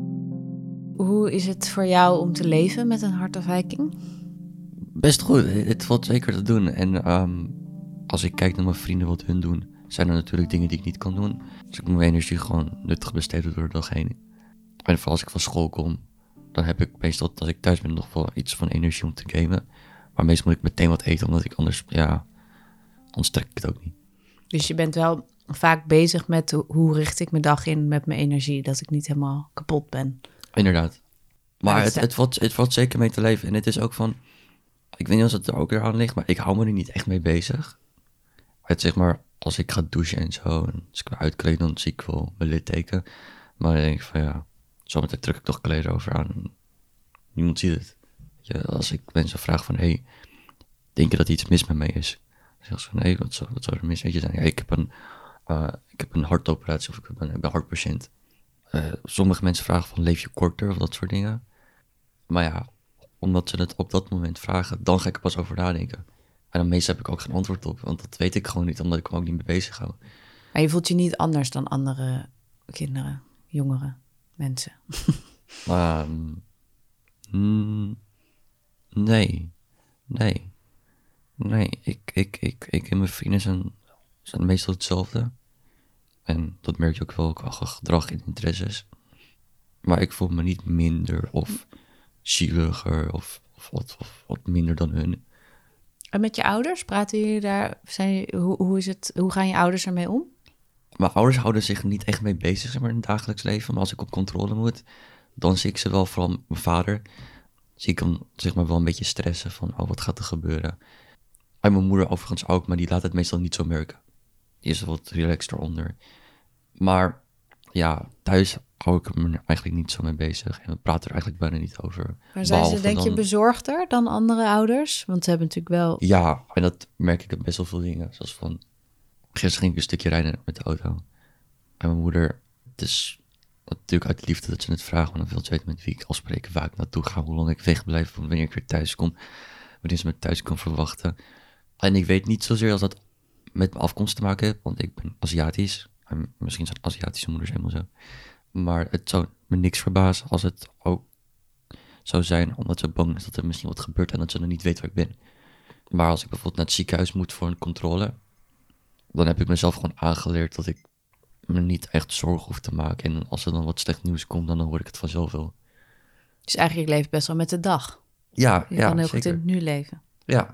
A: Hoe is het voor jou om te leven met een hartafwijking?
D: Best goed, het valt zeker te doen. En als ik kijk naar mijn vrienden wat hun doen, zijn er natuurlijk dingen die ik niet kan doen. Dus ik moet mijn energie gewoon nuttig besteden door de dag heen. En vooral als ik van school kom, dan heb ik meestal, als ik thuis ben, nog wel iets van energie om te gamen. Maar meestal moet ik meteen wat eten, omdat ik anders trek ik het ook niet.
A: Dus je bent wel vaak bezig met hoe richt ik mijn dag in met mijn energie, dat ik niet helemaal kapot ben.
D: Inderdaad. Maar
A: Ja,
D: het valt zeker mee te leven. En het is ook van, ik weet niet of het er ook weer aan ligt, maar ik hou me er niet echt mee bezig. Het zeg maar, als ik ga douchen en zo, en als ik me uitkleed, dan zie ik wel mijn litteken. Maar dan denk ik van ja, zometeen trek ik toch kleren over aan. Niemand ziet het. Ja, als ik mensen vraag van, hey, denk je dat iets mis met mij is? Dan zeggen ze van, nee, wat zou er mis met je zijn? Ja, ik heb een hartoperatie of ik ben een hartpatiënt. Sommige mensen vragen van, leef je korter of dat soort dingen. Maar ja, omdat ze het op dat moment vragen, dan ga ik er pas over nadenken. En dan meestal heb ik ook geen antwoord op, want dat weet ik gewoon niet, omdat ik me ook niet mee bezig hou.
A: Maar je voelt je niet anders dan andere kinderen, jongeren, mensen.
D: Nee. Ik en mijn vrienden zijn meestal hetzelfde. En dat merk je ook wel qua gedrag en interesses. Maar ik voel me niet minder of zieliger of wat minder dan hun.
A: En met je ouders, praten jullie daar? Hoe gaan je ouders ermee om?
D: Mijn ouders houden zich niet echt mee bezig, zeg maar, in het dagelijks leven. Maar als ik op controle moet, dan zie ik ze wel, vooral mijn vader, zie ik hem zeg maar wel een beetje stressen van, oh, wat gaat er gebeuren? En mijn moeder overigens ook, maar die laat het meestal niet zo merken. Die is wat relaxed eronder. Maar ja, thuis hou ik me er eigenlijk niet zo mee bezig. En we praten er eigenlijk bijna niet over.
A: Maar zijn ze,
D: Behalve
A: denk je,
D: dan-
A: bezorgder dan andere ouders? Want ze hebben natuurlijk wel...
D: Ja, en dat merk ik op best wel veel dingen. Zoals van, gisteren ging ik een stukje rijden met de auto. En mijn moeder, het is natuurlijk uit liefde dat ze het vraagt, maar dan wil ze weten met wie ik afspreken, waar ik naartoe ga, hoe lang ik wegblijf, wanneer ik weer thuis kom, wanneer ze me thuis kan verwachten. En ik weet niet zozeer als dat met mijn afkomst te maken heeft, want ik ben Aziatisch. En misschien zijn Aziatische moeders helemaal zo. Maar het zou me niks verbazen als het ook zou zijn, omdat ze bang is dat er misschien wat gebeurt en dat ze dan niet weet waar ik ben. Maar als ik bijvoorbeeld naar het ziekenhuis moet voor een controle, dan heb ik mezelf gewoon aangeleerd dat ik me niet echt zorgen hoef te maken. En als er dan wat slecht nieuws komt, dan hoor ik het vanzelf wel.
A: Dus eigenlijk je leeft best wel met de dag.
D: Ja,
A: Je
D: ja,
A: kan heel
D: zeker.
A: goed in het nu leven.
D: Ja.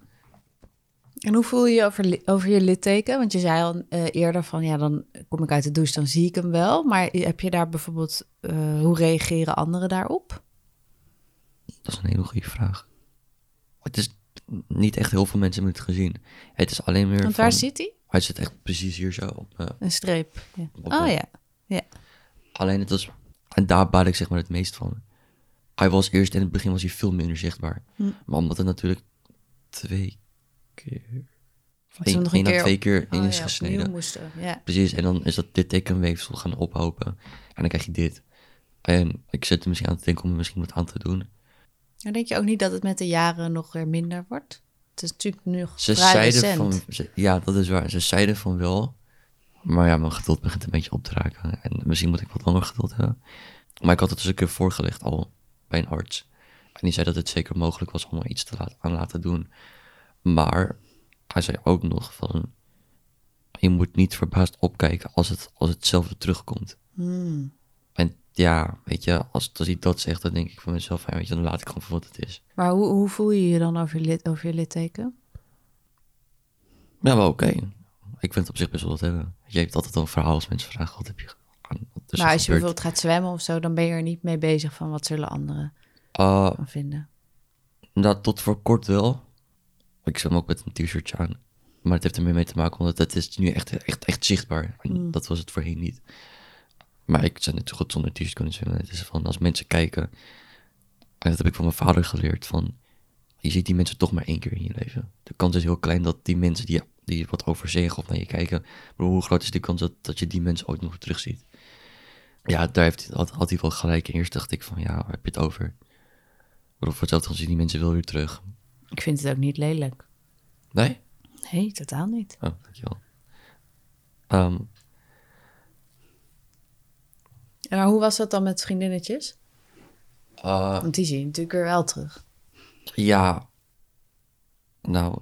A: En hoe voel je je over je litteken? Want je zei al eerder van, ja, dan kom ik uit de douche, dan zie ik hem wel. Maar heb je daar bijvoorbeeld, hoe reageren anderen daarop?
D: Dat is een hele goede vraag. Het is niet echt heel veel mensen hebben het gezien. Het is alleen meer
A: Want waar zit hij?
D: Hij zit echt precies hier zo op.
A: Een streep. Ja.
D: Op
A: Oh
D: de-
A: ja.
D: Alleen het was, en daar baal ik zeg maar het meest van. Hij was eerst in het begin was hij veel minder zichtbaar. Maar omdat het natuurlijk 2 keer,
A: Dat ze hem nog
D: één
A: een
D: à 2 keer in
A: Oh
D: is
A: ja,
D: gesneden.
A: opnieuw moesten. Ja.
D: Precies, en dan is dat dit tekenweefsel gaan ophopen. En dan krijg je dit. En ik zit er misschien aan te denken om er misschien wat aan te doen.
A: Dan denk je ook niet dat het met de jaren nog weer minder wordt? Het is natuurlijk nu nog
D: Ze
A: vrij
D: zeiden
A: recent.
D: van, ja, dat is waar. Ze zeiden van wel. Maar ja, mijn geduld begint een beetje op te raken. En misschien moet ik wat langer geduld hebben. Maar ik had het dus een keer voorgelegd al bij een arts. En die zei dat het zeker mogelijk was om er iets te laten doen. Maar hij zei ook nog van, je moet niet verbaasd opkijken als het zelf weer terugkomt. En ja, weet je, als hij dat zegt, dan denk ik van mezelf, ja, weet je, dan laat ik gewoon voor wat het is.
A: Maar hoe voel je je dan over je litteken?
D: Ja, wel oké. Ik vind het op zich best wel wat hebben. Je hebt altijd al een verhaal als mensen vragen, wat heb je gedaan? Wat is er
A: Maar als je
D: gebeurd?
A: bijvoorbeeld gaat zwemmen of zo, dan ben je er niet mee bezig van wat zullen anderen van vinden.
D: Nou, tot voor kort wel. Ik zwem ook met een t-shirtje aan. Maar het heeft ermee mee te maken, omdat het is nu echt zichtbaar. En dat was het voorheen niet. Maar ik zou net zo goed zonder t-shirt kunnen zwemmen. Het is van, als mensen kijken... En dat heb ik van mijn vader geleerd, van... Je ziet die mensen toch maar 1 keer in je leven. De kans is heel klein dat die mensen die wat over zeggen of naar je kijken... Maar hoe groot is de kans dat je die mensen ooit nog terugziet? Ja, daar had hij wel gelijk. En eerst dacht ik van, ja, waar heb je het over? Maar voor hetzelfde zien die mensen wel weer terug.
A: Ik vind het ook niet lelijk.
D: Nee?
A: Nee, totaal niet.
D: Oh, dankjewel.
A: Maar hoe was dat dan met vriendinnetjes?
D: Uh,
A: Want die zie je natuurlijk weer wel terug.
D: Ja. Nou,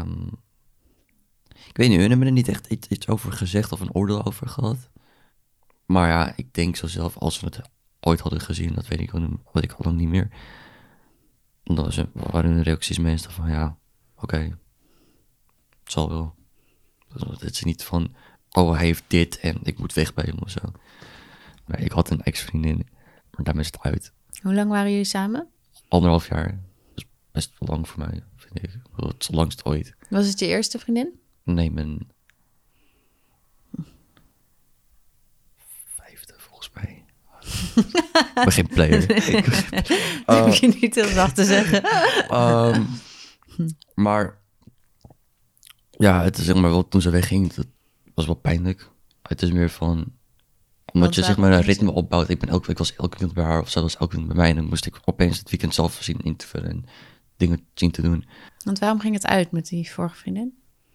D: ik weet niet, hun hebben er niet echt iets over gezegd of een oordeel over gehad. Maar ja, ik denk zo zelf, als ze het ooit hadden gezien, dat weet ik al lang niet meer. Dan waren hun reacties meestal van, ja, oké, het zal wel. Het is niet van, oh, hij heeft dit en ik moet weg bij hem of zo. Maar ik had een ex-vriendin, maar daarmee is het uit.
A: Hoe lang waren jullie samen?
D: 1,5 jaar. Dat is best wel lang voor mij, vind ik. Het is het langst ooit.
A: Was het je eerste vriendin?
D: Nee, mijn 5e volgens mij. Ik ben geen player.
A: Dat heb je niet heel zacht te zeggen.
D: Maar ja, het is zeg maar wel, toen ze wegging, dat was wel pijnlijk. Het is meer van, omdat je zeg maar een ritme opbouwt. Ik was elke weekend bij haar of zij was elke weekend bij mij. En dan moest ik opeens het weekend zelf zien in te vullen en dingen zien te doen.
A: Want waarom ging het uit met die vorige vriendin?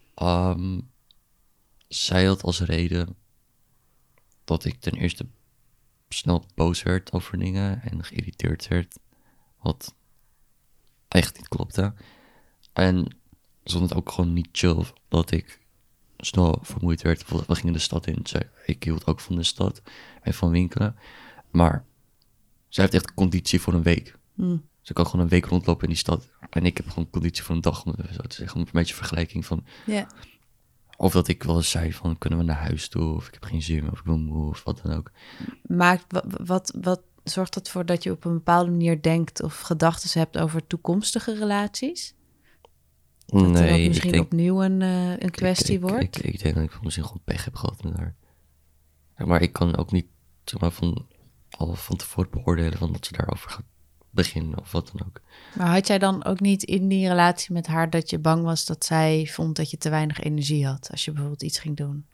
D: Zij had als reden dat ik ten eerste snel boos werd over dingen en geïrriteerd werd. Wat echt niet klopte. En ze vond het ook gewoon niet chill dat ik snel vermoeid werd. We gingen de stad in. Ik hield ook van de stad en van winkelen. Maar zij heeft echt conditie voor een week. Ze kan gewoon een week rondlopen in die stad. En ik heb gewoon conditie voor een dag, om het zo te zeggen. Een beetje vergelijking van...
A: Ja.
D: Of dat ik wel eens zei van, kunnen we naar huis toe? Of ik heb geen zin, of ik wil moe, of wat dan ook.
A: Maar wat zorgt dat voor dat je op een bepaalde manier denkt of gedachten hebt over toekomstige relaties? Dat
D: Nee,
A: misschien
D: ik denk,
A: opnieuw een kwestie wordt?
D: Ik denk dat ik misschien gewoon pech heb gehad met haar. Ja, maar ik kan ook niet zeg maar, van tevoren beoordelen van dat ze daarover gaat beginnen of wat dan ook.
A: Maar had jij dan ook niet in die relatie met haar dat je bang was dat zij vond dat je te weinig energie had als je bijvoorbeeld iets ging doen?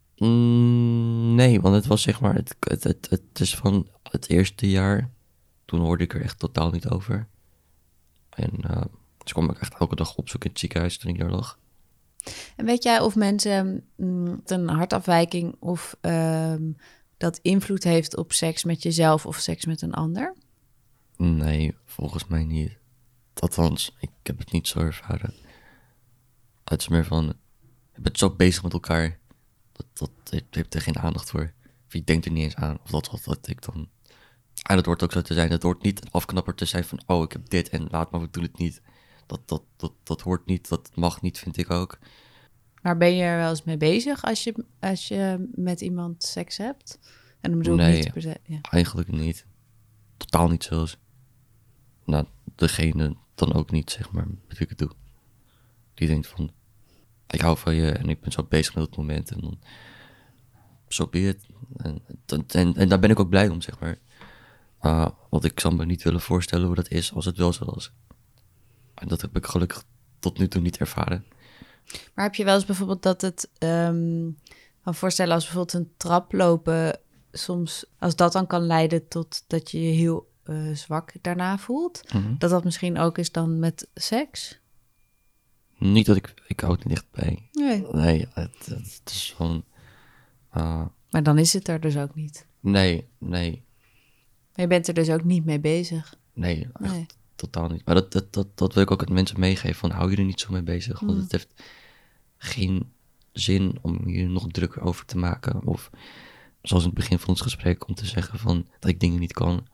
D: Nee, want het was zeg maar, het is van het eerste jaar, toen hoorde ik er echt totaal niet over. En dus kwam ik echt elke dag opzoeken in het ziekenhuis toen ik daar lag.
A: En weet jij of mensen met een hartafwijking of dat invloed heeft op seks met jezelf of seks met een ander?
D: Nee, volgens mij niet. Althans, ik heb het niet zo ervaren. Het is meer van, je bent zo bezig met elkaar, je hebt er geen aandacht voor. Of je denkt er niet eens aan, of dat is wat ik dan... En het hoort ook zo te zijn, het hoort niet een afknapper te zijn van, oh, ik heb dit en laat maar, we doen het niet. Dat hoort niet, dat mag niet, vind ik ook.
A: Maar ben je er wel eens mee bezig als je met iemand seks hebt? En dan bedoel ik
D: Nee,
A: niet per se... Ja.
D: eigenlijk niet. Totaal niet zelfs. Nou, degene dan ook niet, zeg maar, met wie ik het doe. Die denkt van, ik hou van je en ik ben zo bezig met het moment. En dan, zo be it. En daar ben ik ook blij om, zeg maar. Want ik zou me niet willen voorstellen hoe dat is als het wel zo was. En dat heb ik gelukkig tot nu toe niet ervaren.
A: Maar heb je wel eens bijvoorbeeld dat het... kan voorstellen als bijvoorbeeld een trap lopen... soms als dat dan kan leiden tot dat je je heel zwak daarna voelt... dat misschien ook is dan met seks?
D: Niet dat ik hou het niet echt bij.
A: Nee.
D: Nee, het is gewoon...
A: Maar dan is het er dus ook niet.
D: Nee.
A: Maar je bent er dus ook niet mee bezig.
D: Nee, echt totaal niet. Maar dat wil ik ook aan mensen meegeven. Van, hou je er niet zo mee bezig. Want het heeft geen zin om je nog drukker over te maken. Of zoals in het begin van ons gesprek, om te zeggen van dat ik dingen niet kan.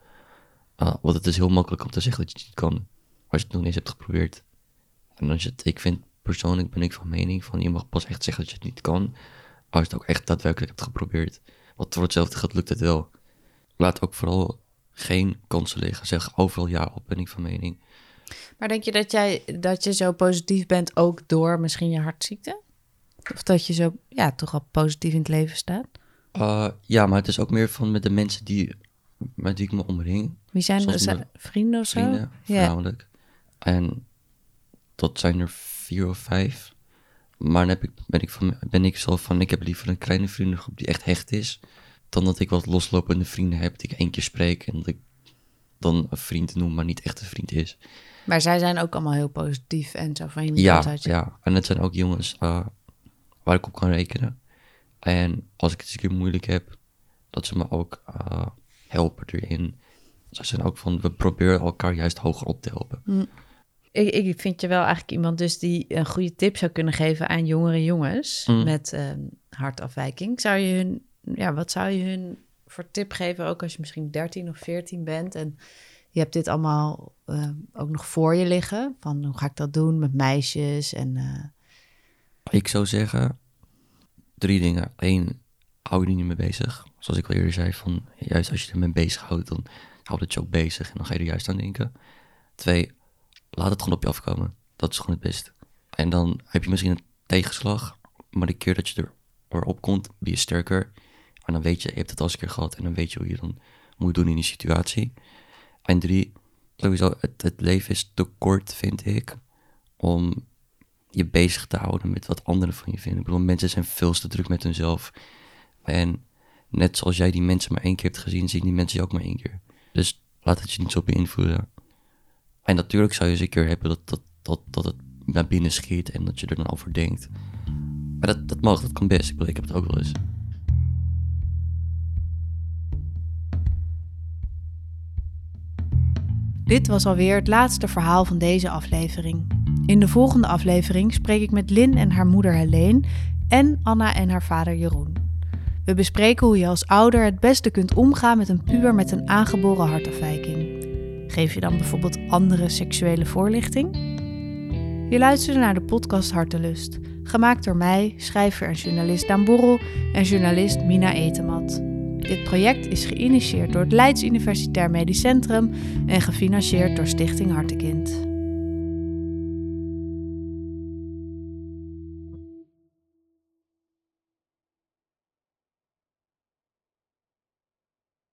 D: Want het is heel makkelijk om te zeggen dat je het niet kan. Als je het nog niet eens hebt geprobeerd. En ik vind persoonlijk ben ik van mening van je mag pas echt zeggen dat je het niet kan als je het ook echt daadwerkelijk hebt geprobeerd. Want voor hetzelfde geld lukt het wel. Laat ook vooral geen kansen liggen. Zeg overal ja op, ben ik van mening.
A: Maar denk je dat je zo positief bent ook door misschien je hartziekte? Of dat je zo toch al positief in het leven staat?
D: Ja, maar het is ook meer van met de mensen met wie ik me omring.
A: Wie zijn
D: Zoals
A: dat?
D: mijn
A: Vrienden of zo?
D: Vrienden, voornamelijk. En dat zijn er 4 of 5. Maar dan ben ik zo van, ik heb liever een kleine vriendengroep die echt hecht is, dan dat ik wat loslopende vrienden heb die ik 1 keer spreek en dat ik dan een vriend noem, maar niet echt een vriend is.
A: Maar zij zijn ook allemaal heel positief en zo van je.
D: Ja. En het zijn ook jongens waar ik op kan rekenen. En als ik het eens een keer moeilijk heb, dat ze me ook helpen erin. Ze zijn ook van, we proberen elkaar juist hoger op te helpen.
A: Ik vind je wel eigenlijk iemand dus die een goede tip zou kunnen geven aan jongere jongens met hartafwijking. Wat zou je hun voor tip geven, ook als je misschien 13 of 14 bent en je hebt dit allemaal ook nog voor je liggen? Van hoe ga ik dat doen met meisjes?
D: Ik zou zeggen 3 dingen. 1, hou je er niet mee bezig. Zoals ik al eerder zei, van juist als je ermee bezighoudt, dan houdt het je ook bezig en dan ga je er juist aan denken. 2, laat het gewoon op je afkomen. Dat is gewoon het beste. En dan heb je misschien een tegenslag, maar de keer dat je erop komt, ben je sterker. En dan weet je hebt het al eens een keer gehad en dan weet je hoe je dan moet doen in die situatie. En 3, sowieso, het leven is te kort, vind ik, om je bezig te houden met wat anderen van je vinden. Ik bedoel, mensen zijn veel te druk met hunzelf. En net zoals jij die mensen maar 1 keer hebt gezien, zien die mensen je ook maar 1 keer. Dus laat het je niet zo beïnvloeden. En natuurlijk zou je eens een keer hebben dat het naar binnen schiet en dat je er dan over denkt. Maar dat mag, dat kan best. Ik bedoel, ik heb het ook wel eens.
A: Dit was alweer het laatste verhaal van deze aflevering. In de volgende aflevering spreek ik met Lynn en haar moeder Helene en Anna en haar vader Jeroen. We bespreken hoe je als ouder het beste kunt omgaan met een puber met een aangeboren hartafwijking. Geef je dan bijvoorbeeld andere seksuele voorlichting? Je luisterde naar de podcast Hartelust, gemaakt door mij, schrijver en journalist Daan Borrel en journalist Mina Etemat. Dit project is geïnitieerd door het Leids Universitair Medisch Centrum en gefinancierd door Stichting Hartekind.